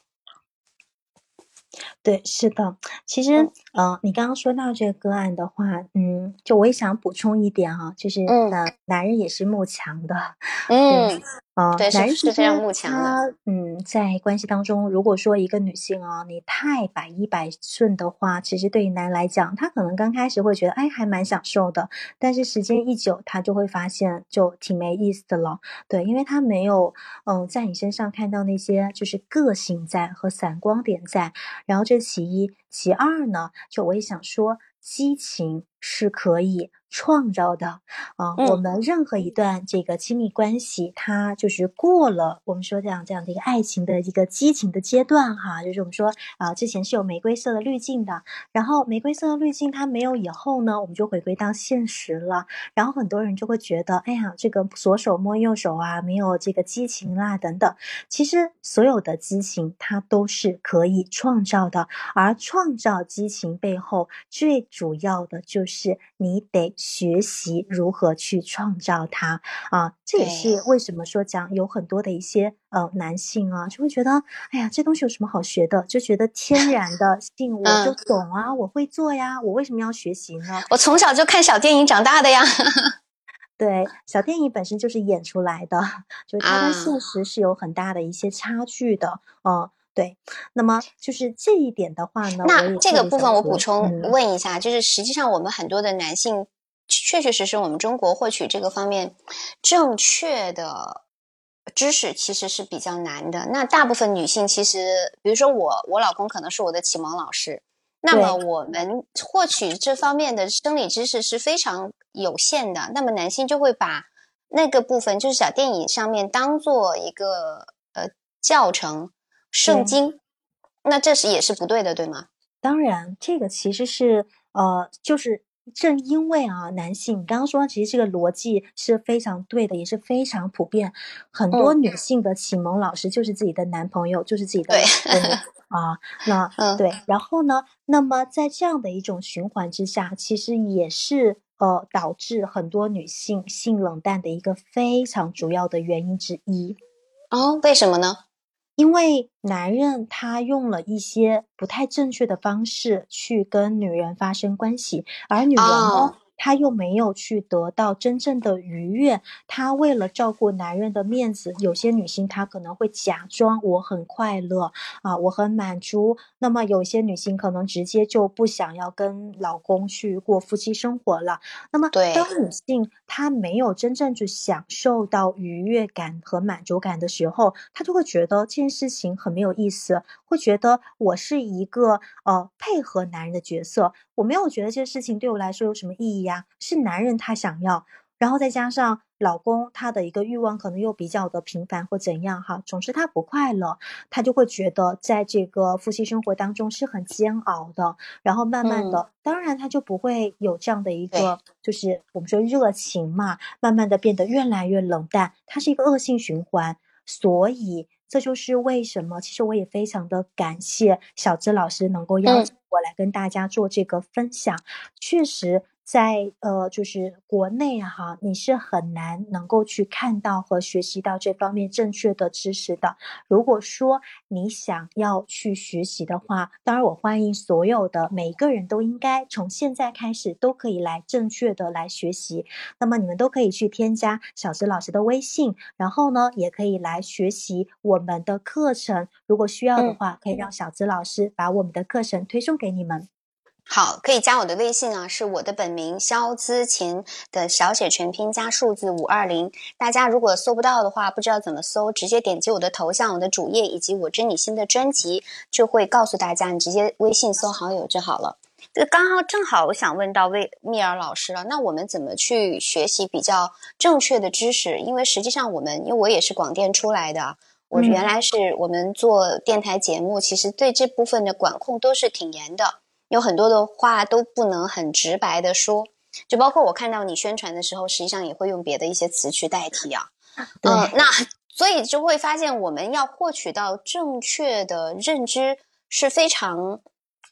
对，是的。其实，呃，你刚刚说到这个个案的话，嗯，就我也想补充一点啊，就是， 嗯男男人也是慕强的，对， 嗯， 呃， 对，是男人其是非常实慕强的。 他，嗯，在关系当中，如果说一个女性啊，你太百依百顺的话，其实对于男人来讲，他可能刚开始会觉得，哎，还蛮享受的，但是时间一久，他就会发现就挺没意思的了。对，因为他没有，嗯、呃，在你身上看到那些就是个性在和闪光点在。然后这其一，其二呢，就我也想说，激情是可以创造的啊、呃。我嗯们任何一段这个亲密关系，它就是过了我们说这样这样的一个爱情的一个激情的阶段哈，就是我们说啊、呃，之前是有玫瑰色的滤镜的，然后玫瑰色的滤镜它没有以后呢，我们就回归到现实了。然后很多人就会觉得，哎呀，这个左手摸右手啊，没有这个激情啦等等。其实所有的激情它都是可以创造的，而创造激情背后最主要的就是你得学习如何去创造它啊。这也是为什么说讲有很多的一些呃男性啊，就会觉得，哎呀，这东西有什么好学的？就觉得天然的性我就嗯， 懂啊，我会做呀，我为什么要学习呢？ 我从小就看小电影长大的呀。 对，小电影本身就是演出来的，就是它跟啊， 现实是有很大的一些差距的，嗯，对。那么就是这一点的话呢，我那也特别这个部分我补想说， 充嗯， 问一下，就是实际上我们很多的男性，确确实实我们中国获取这个方面正确的知识其实是比较难的。那大部分女性其实，比如说我，我老公可能是我的启蒙老师，那么对。 我们获取这方面的生理知识是非常有限的。那么男性就会把那个部分，就是小电影上面当做一个呃教程、圣对， 经。那这是也是不对的，对吗？ 当然，这个其实是呃，就是正因为啊，男性你刚刚说其实这个逻辑是非常对的，也是非常普遍。很多嗯， 女性的启蒙老师就是自己的男朋友，就是自己的对， 老公啊。那嗯， 对，然后呢，那么在这样的一种循环之下，其实也是呃导致很多女性性冷淡的一个非常主要的原因之一。 哦，为什么呢？ 因为男人他用了一些不太正确的方式去跟女人发生关系，而女人呢， 哦， 她又没有去得到真正的愉悦。她为了照顾男人的面子，有些女性她可能会假装我很快乐啊，我很满足。那么有些女性可能直接就不想要跟老公去过夫妻生活了。那么当对， 女性她没有真正去享受到愉悦感和满足感的时候，她就会觉得这件事情很没有意思，会觉得我是一个呃配合男人的角色，我没有觉得这个事情对我来说有什么意义呀，是男人他想要，然后再加上老公他的一个欲望可能又比较的频繁或怎样哈，总之他不快乐，他就会觉得在这个夫妻生活当中是很煎熬的，然后慢慢嗯， 的，当然他就不会有这样的一对， 个就是我们说热情嘛，慢慢的变得越来越冷淡，它是一个恶性循环。所以这就是为什么，其实我也非常的感谢小芝老师能够邀嗯。 请我来跟大家做这个分享。确实在呃，就是国内哈，你是很难能够去看到和学习到这方面正确的知识的。如果说你想要去学习的话，当然我欢迎所有的每一个人都应该从现在开始都可以来正确的来学习。那么你们都可以去添加小芝老师的微信，然后呢，也可以来学习我们的课程。如果需要的嗯， 话，可以让小芝老师把我们的课程推送给你们。 好，可以加我的微信啊，是我的本名肖姿琴的小写全拼加数字五二零。大家如果搜不到的话，不知道怎么搜，直接点击我的头像、我的主页以及我知你心的专辑，就会告诉大家，你直接微信搜好友就好了。这刚好正好，我想问到魏蜜儿老师了，那我们怎么去学习比较正确的知识？因为实际上我们，因为我也是广电出来的，我原嗯， 来是我们做电台节目，其实对这部分的管控都是挺严的。有很多的话都不能很直白的说，就包括我看到你宣传的时候，实际上也会用别的一些词去代替啊。 对， 嗯，那所以就会发现，我们要获取到正确的认知是非常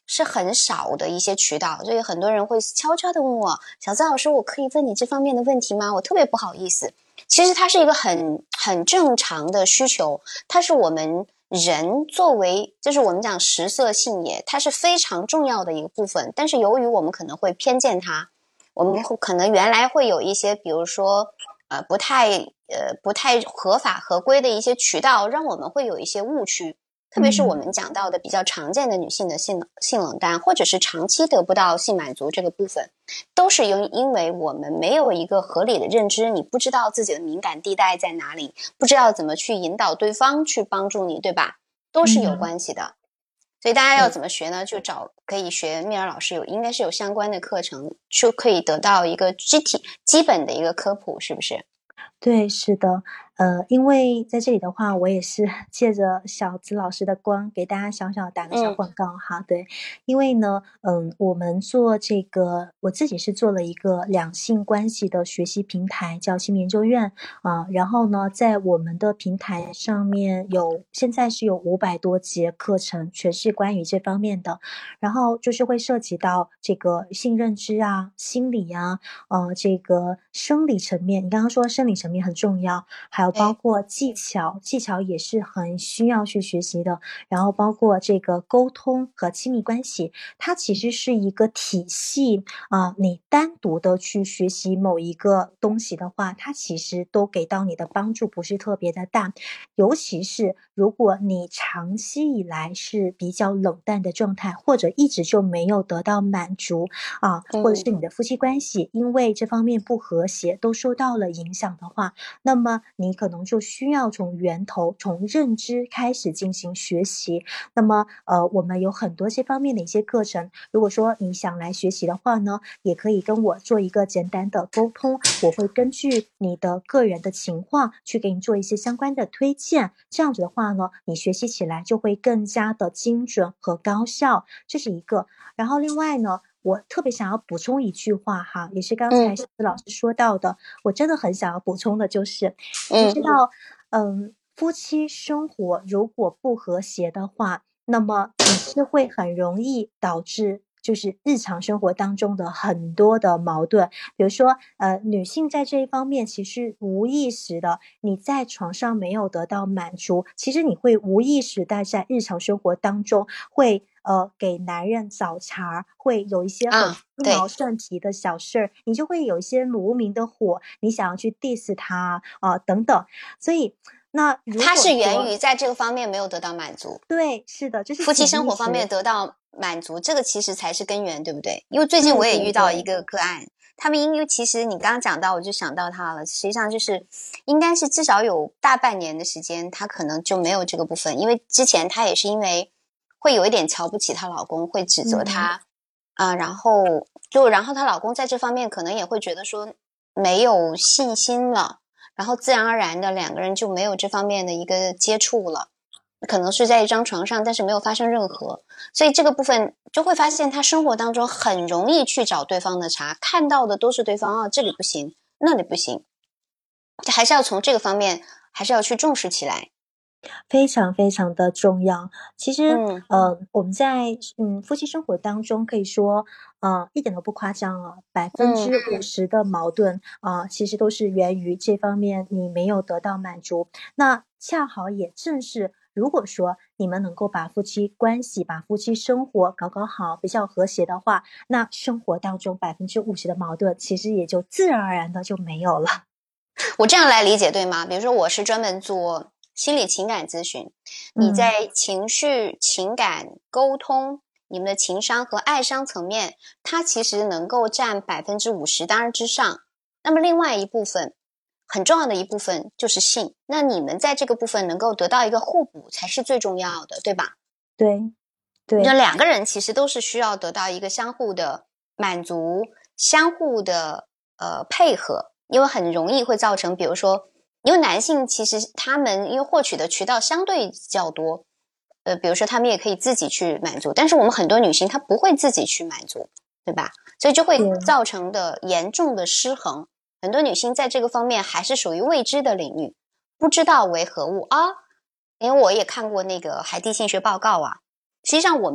是很少的一些渠道，所以很多人会悄悄的问我，小资老师，我可以问你这方面的问题吗？我特别不好意思。其实它是一个很很正常的需求，它是我们人作为，就是我们讲食色性也，它是非常重要的一个部分。但是由于我们可能会偏见它，我们可能原来会有一些，比如说呃不太呃不太合法合规的一些渠道，让我们会有一些误区。特别是我们讲到的比较常见的女性的性冷性冷淡，或者是长期得不到性满足这个部分，都是因因为我们没有一个合理的认知，你不知道自己的敏感地带在哪里，不知道怎么去引导对方去帮助你，对吧？都是有关系的。所以大家要怎么学呢？就找可以学蜜儿老师有应该是有相关的课程，就可以得到一个具体基本的一个科普，是不是？ 对，是的，呃，因为在这里的话，我也是借着小资老师的光，给大家小小打个小广告哈。嗯、对，因为呢，嗯，我们做这个，我自己是做了一个两性关系的学习平台，叫性研究院啊、呃。然后呢，在我们的平台上面有，现在是有五百多节课程，全是关于这方面的。然后就是会涉及到这个性认知啊、心理啊、呃，这个生理层面。你刚刚说生理层面很重要，还有包括技巧，技巧也是很需要去学习的。然后包括这个沟通和亲密关系，它其实是一个体系啊、呃。你单独的去学习某一个东西的话，它其实都给到你的帮助不是特别的大。尤其是如果你长期以来是比较冷淡的状态，或者一直就没有得到满足啊，或者是你的夫妻关系因为这方面不和谐都受到了影响的话，那么你可能就需要从源头，从认知开始进行学习。那么呃，我们有很多这方面的一些课程，如果说你想来学习的话呢，也可以跟我做一个简单的沟通，我会根据你的个人的情况去给你做一些相关的推荐，这样子的话呢，你学习起来就会更加的精准和高效，这是一个。然后另外呢，我特别想要补充一句话哈，也是刚才小资老师说到的、嗯、我真的很想要补充的就是你知道嗯，夫妻生活如果不和谐的话，那么你是会很容易导致就是日常生活当中的很多的矛盾。比如说呃，女性在这一方面其实无意识的，你在床上没有得到满足，其实你会无意识的在日常生活当中会呃，给男人找茬，会有一些很鸡毛蒜皮的小事儿、啊、你就会有一些无名的火，你想要去 diss 他啊、呃、等等。所以那如果它是源于在这个方面没有得到满足。 对，是的，就是夫妻生活方面得到满足，这个其实才是根源，对不对？因为最近我也遇到一个个案，对对对，他们因为其实你刚刚讲到，我就想到他了，实际上就是应该是至少有大半年的时间，他可能就没有这个部分，因为之前他也是因为会有一点瞧不起她老公，会指责他啊、嗯呃，然后就然后她老公在这方面可能也会觉得说没有信心了，然后自然而然的两个人就没有这方面的一个接触了，可能是在一张床上，但是没有发生任何，所以这个部分就会发现他生活当中很容易去找对方的茬，看到的都是对方啊，这里不行，那里不行，还是要从这个方面还是要去重视起来。 非常非常的重要。其实、嗯、呃，我们在嗯夫妻生活当中可以说呃一点都不夸张啊，百分之五十的矛盾啊、呃，其实都是源于这方面你没有得到满足。那恰好也正是如果说你们能够把夫妻关系把夫妻生活搞搞好，比较和谐的话，那生活当中百分之五十的矛盾其实也就自然而然的就没有了。 我这样来理解对吗？比如说我是专门做心理情感咨询，你在情绪、情感、沟通，你们的情商和爱商层面，它其实能够占百分之五十，当然之上。那么另外一部分，很重要的一部分就是性。那你们在这个部分能够得到一个互补，才是最重要的，对吧？ 对，对。 那两个人其实都是需要得到一个相互的满足，相互的呃配合，因为很容易会造成，比如说。因为男性其实他们因为获取的渠道相对较多，呃，比如说他们也可以自己去满足，但是我们很多女性她不会自己去满足，对吧？所以就会造成的严重的失衡。很多女性在这个方面还是属于未知的领域，不知道为何物啊。因为我也看过那个海地性学报告啊，实际上我们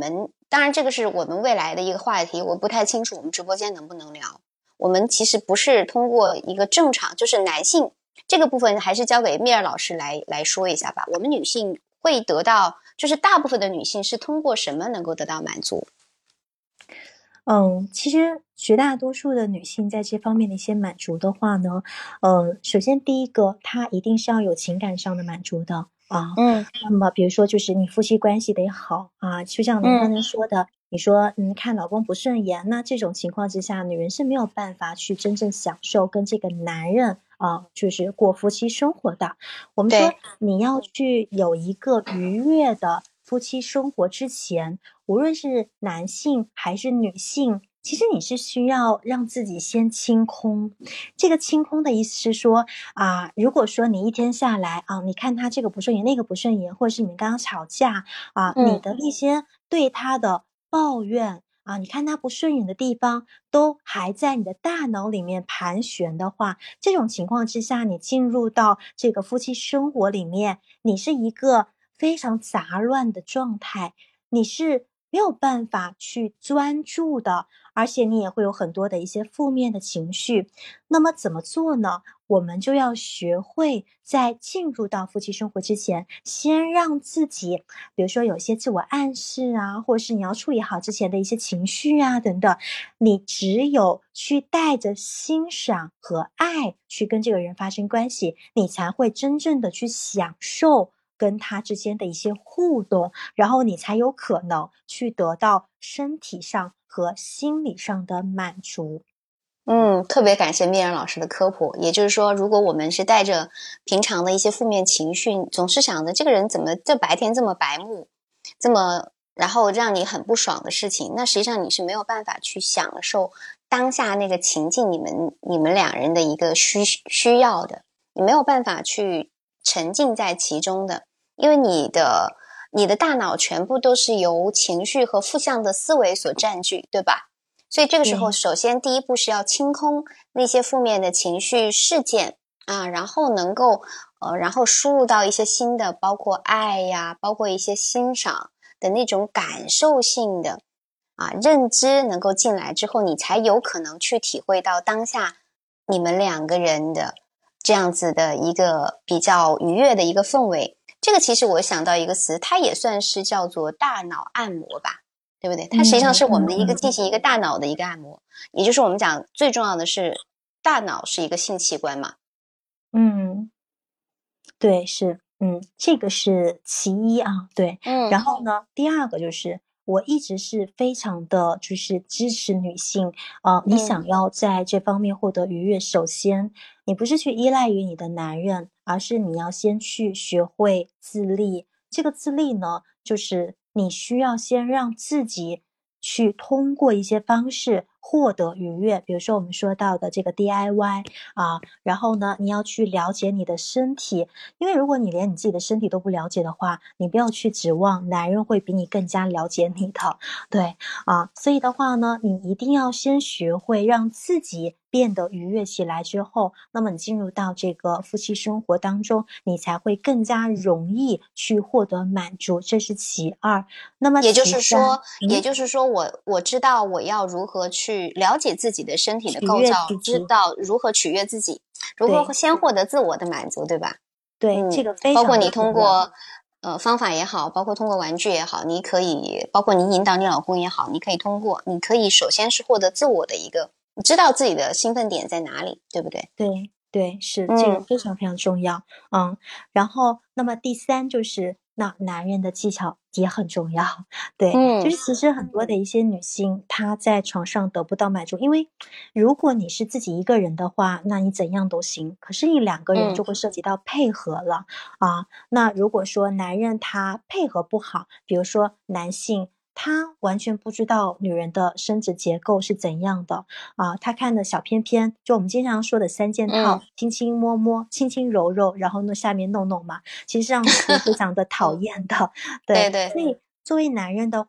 当然这个是我们未来的一个话题，我不太清楚我们直播间能不能聊。我们其实不是通过一个正常，就是男性这个部分还是交给蜜儿老师来来说一下吧。我们女性会得到，就是大部分的女性是通过什么能够得到满足？ 嗯，其实绝大多数的女性在这方面的一些满足的话呢，呃，首先第一个，她一定是要有情感上的满足的啊。 嗯， 那么比如说就是你夫妻关系得好啊，就像您刚才说的，嗯、你说嗯看老公不顺眼，那这种情况之下，女人是没有办法去真正享受跟这个男人啊，就是过夫妻生活的。我们说你要去有一个愉悦的夫妻生活之前，无论是男性还是女性，其实你是需要让自己先清空。这个清空的意思是说啊，如果说你一天下来啊，你看他这个不顺眼，那个不顺眼，或者是你们刚刚吵架啊， 嗯、 你的一些对他的抱怨啊，你看他不顺眼的地方都还在你的大脑里面盘旋的话，这种情况之下，你进入到这个夫妻生活里面，你是一个非常杂乱的状态，你是没有办法去专注的，而且你也会有很多的一些负面的情绪。那么怎么做呢？我们就要学会在进入到夫妻生活之前，先让自己，比如说有一些自我暗示啊，或者是你要处理好之前的一些情绪啊等等，你只有去带着欣赏和爱去跟这个人发生关系，你才会真正的去享受跟他之间的一些互动，然后你才有可能去得到身体上和心理上的满足。 嗯，特别感谢蜜儿老师的科普。也就是说，如果我们是带着平常的一些负面情绪，总是想着这个人怎么这白天这么白目，这么然后让你很不爽的事情，那实际上你是没有办法去享受当下那个情境，你们你们两人的一个需需要的，你没有办法去沉浸在其中的，因为你的你的大脑全部都是由情绪和负向的思维所占据，对吧？所以这个时候，首先第一步是要清空那些负面的情绪事件啊，然后能够呃，然后输入到一些新的，包括爱呀，包括一些欣赏的那种感受性的啊认知能够进来之后，你才有可能去体会到当下你们两个人的这样子的一个比较愉悦的一个氛围。这个其实我想到一个词，它也算是叫做大脑按摩吧。对不对？它实际上是我们的一个进行一个大脑的一个按摩，也就是我们讲最重要的是大脑是一个性器官嘛。 嗯，对，是，嗯，这个是其一啊，对。 嗯， 然后呢，第二个就是我一直是非常的就是支持女性，呃，你想要在这方面获得愉悦，首先你不是去依赖于你的男人，而是你要先去学会自立。这个自立呢，就是你需要先让自己去通过一些方式获得愉悦，比如说我们说到的这个 D I Y 啊，然后呢，你要去了解你的身体，因为如果你连你自己的身体都不了解的话，你不要去指望男人会比你更加了解你的，对啊，所以的话呢，你一定要先学会让自己变得愉悦起来之后，那么你进入到这个夫妻生活当中，你才会更加容易去获得满足，这是其二。那么也就是说， 嗯、 也就是说我我知道我要如何去了解自己的身体的构造，知道如何取悦自己，如何先获得自我的满足，对吧？ 对， 嗯， 这个非常包括你通过呃方法也好，包括通过玩具也好，你可以包括你引导你老公也好，你可以通过，你可以首先是获得自我的一个，你知道自己的兴奋点在哪里，对不对？ 对对，是、 嗯、 这个非常非常重要。嗯，然后那么第三就是那男人的技巧也很重要，对， 嗯， 就是其实很多的一些女性她在床上得不到满足，因为如果你是自己一个人的话，那你怎样都行，可是你两个人就会涉及到配合了、嗯、啊。那如果说男人他配合不好，比如说男性他完全不知道女人的生殖结构是怎样的啊，他看的小片片，就我们经常说的三件套，亲亲摸摸，轻轻揉揉，然后呢下面弄弄嘛，其实这样是非常的讨厌的。对对对， 所以作为男人的话，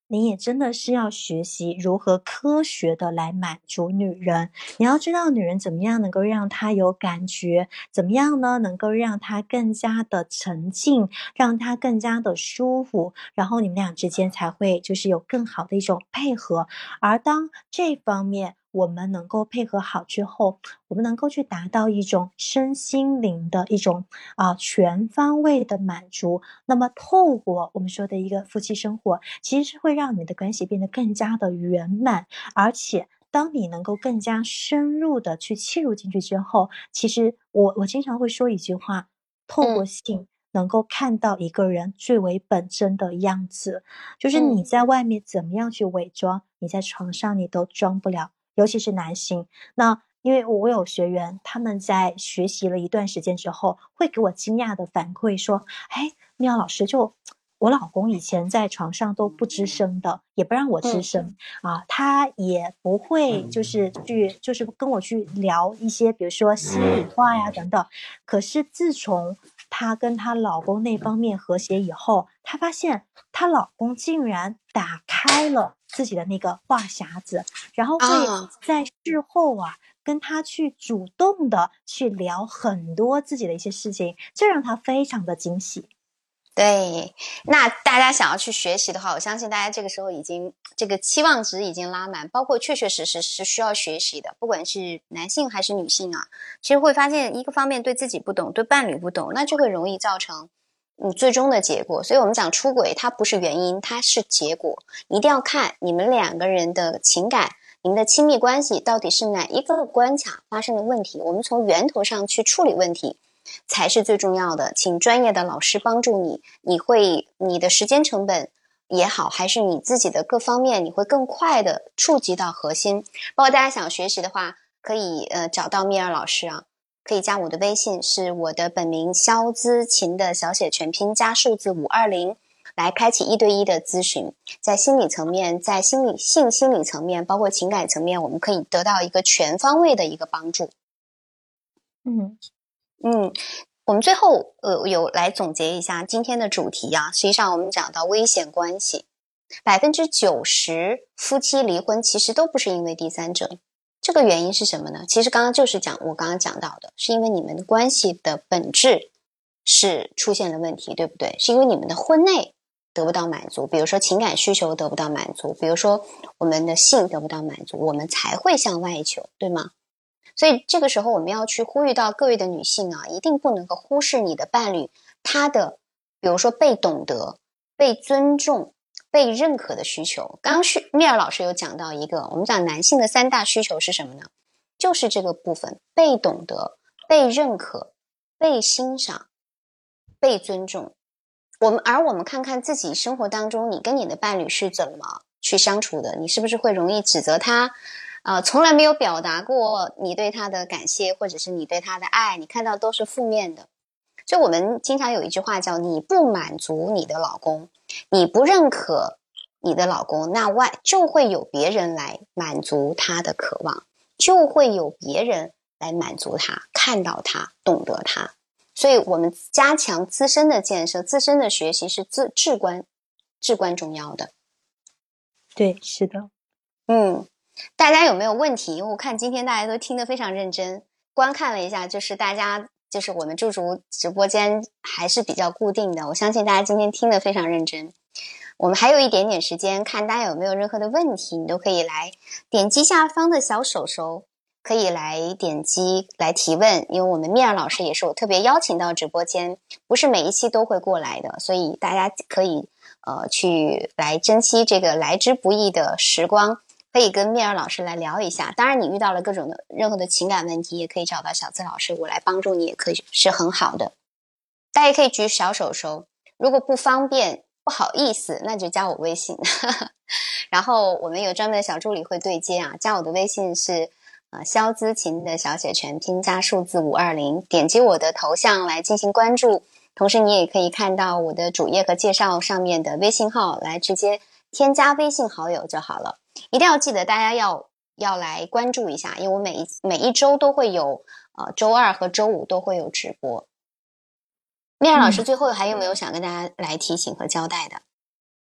你也真的是要学习如何科学的来满足女人。你要知道女人怎么样能够让她有感觉，怎么样呢能够让她更加的沉浸，让她更加的舒服，然后你们俩之间才会就是有更好的一种配合。而当这方面我们能够配合好之后，我们能够去达到一种身心灵的一种啊、呃、全方位的满足。那么透过我们说的一个夫妻生活，其实是会让你的关系变得更加的圆满，而且当你能够更加深入的去切入进去之后，其实我我经常会说一句话，透过性能够看到一个人最为本真的样子，就是你在外面怎么样去伪装，你在床上你都装不了，尤其是男性。那因为我有学员，他们在学习了一段时间之后，会给我惊讶的反馈说，哎，妙老师，就我老公以前在床上都不吱声的，也不让我吱声、嗯、啊，他也不会就是去就是跟我去聊一些比如说心里话呀等等。可是自从她跟她老公那方面和谐以后，她发现她老公竟然打开了自己的那个话匣子，然后会在事后啊、哦、跟她去主动的去聊很多自己的一些事情，这让她非常的惊喜。 对，那大家想要去学习的话，我相信大家这个时候已经这个期望值已经拉满，包括确确实实是需要学习的，不管是男性还是女性啊，其实会发现一个方面对自己不懂，对伴侣不懂，那就会容易造成嗯最终的结果。所以我们讲出轨它不是原因，它是结果，一定要看你们两个人的情感，你们的亲密关系到底是哪一个关卡发生了问题，我们从源头上去处理问题才是最重要的。请专业的老师帮助你，你会你的时间成本也好，还是你自己的各方面，你会更快的触及到核心。包括大家想学习的话，可以呃找到蜜儿老师啊，可以加我的微信，是我的本名肖姿琴的小写全拼加数字五二零，来开启一对一的咨询。在心理层面，在心理性心理层面，包括情感层面，我们可以得到一个全方位的一个帮助。 嗯嗯，我们最后呃有来总结一下今天的主题啊。实际上我们讲到危险关系，百分之九十夫妻离婚其实都不是因为第三者。这个原因是什么呢？其实刚刚就是讲我刚刚讲到的，是因为你们的关系的本质是出现了问题，对不对？是因为你们的婚内得不到满足，比如说情感需求得不到满足，比如说我们的性得不到满足，我们才会向外求，对吗？所以这个时候我们要去呼吁到各位的女性啊，一定不能够忽视你的伴侣他的比如说被懂得、被尊重、被认可的需求。刚刚蜜儿老师有讲到一个，我们讲男性的三大需求是什么呢？就是这个部分，被懂得、被认可、被欣赏、被尊重。我们而我们看看自己生活当中，你跟你的伴侣是怎么去相处的，你是不是会容易指责他呃，从来没有表达过你对他的感谢，或者是你对他的爱，你看到都是负面的。所以我们经常有一句话叫你不满足你的老公，你不认可你的老公，那外就会有别人来满足他的渴望，就会有别人来满足他，看到他，懂得他。所以我们加强自身的建设，自身的学习是至至关至关重要的。 对，是的。 嗯，大家有没有问题？我看今天大家都听得非常认真，观看了一下，就是大家就是我们驻足直播间还是比较固定的，我相信大家今天听得非常认真。我们还有一点点时间，看大家有没有任何的问题，你都可以来点击下方的小手手，可以来点击来提问。因为我们蜜儿老师也是我特别邀请到直播间，不是每一期都会过来的，所以大家可以呃去来珍惜这个来之不易的时光，可以跟蜜儿老师来聊一下。当然你遇到了各种的任何的情感问题，也可以找到小资老师，我来帮助你，也可以是很好的。大家也可以举小手手，如果不方便不好意思，那就加我微信然后我们有专门的小助理会对接啊，加我的微信是呃肖姿琴的小写全拼加数字五二零，点击我的头像来进行关注，同时你也可以看到我的主页和介绍上面的微信号，来直接添加微信好友就好了。一定要记得大家要要来关注一下，因为我每一每一周都会有呃周二和周五都会有直播。蜜儿老师最后还有没有想跟大家来提醒和交代的？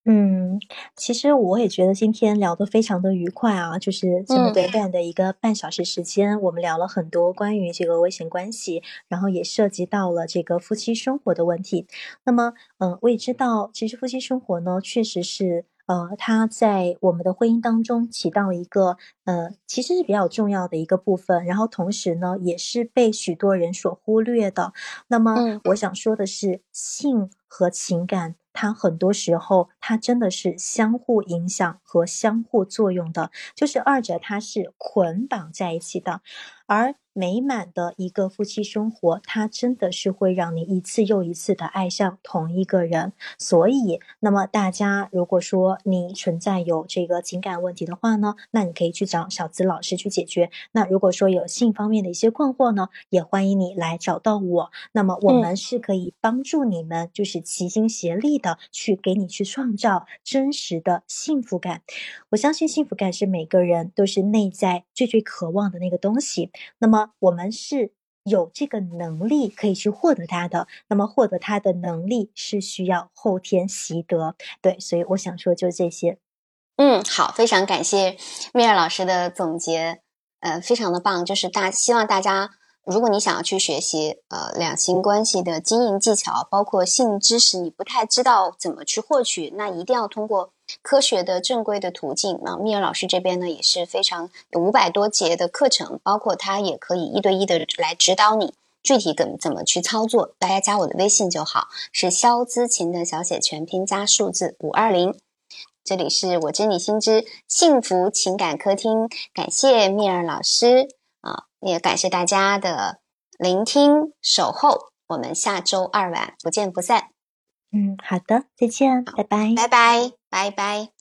嗯，其实我也觉得今天聊得非常的愉快啊，就是这么短短的一个半小时时间，嗯、我们聊了很多关于这个危险关系，然后也涉及到了这个夫妻生活的问题。那么，嗯、呃，我也知道，其实夫妻生活呢，确实是。呃，它在我们的婚姻当中起到一个呃，其实是比较重要的一个部分，然后同时呢，也是被许多人所忽略的。那么， 嗯我想说的是，性和情感，它很多时候它真的是相互影响和相互作用的，就是二者它是捆绑在一起的。而美满的一个夫妻生活，它真的是会让你一次又一次的爱上同一个人。所以，那么大家如果说你存在有这个情感问题的话呢，那你可以去找小资老师去解决。那如果说有性方面的一些困惑呢，也欢迎你来找到我。那么我们是可以帮助你们，就是齐心协力的去给你去创造真实的幸福感。我相信幸福感是每个人都是内在最最渴望的那个东西。那么我们是有这个能力可以去获得它的，那么获得它的能力是需要后天习得。对，所以我想说就这些。 嗯，好，非常感谢蜜儿老师的总结，呃，非常的棒。就是大希望大家，如果你想要去学习呃两性关系的经营技巧，包括性知识，你不太知道怎么去获取，那一定要通过科学的正规的途径。那蜜儿老师这边呢也是非常有五百多节的课程，包括他也可以一对一的来指导你。具体怎怎么去操作，大家加我的微信就好，是肖姿琴的小写全拼加数字五二零。这里是我知你心知幸福情感客厅，感谢蜜儿老师啊，也感谢大家的聆听守候，我们下周二晚不见不散。 嗯，好的，再见，拜拜。 拜拜，拜拜。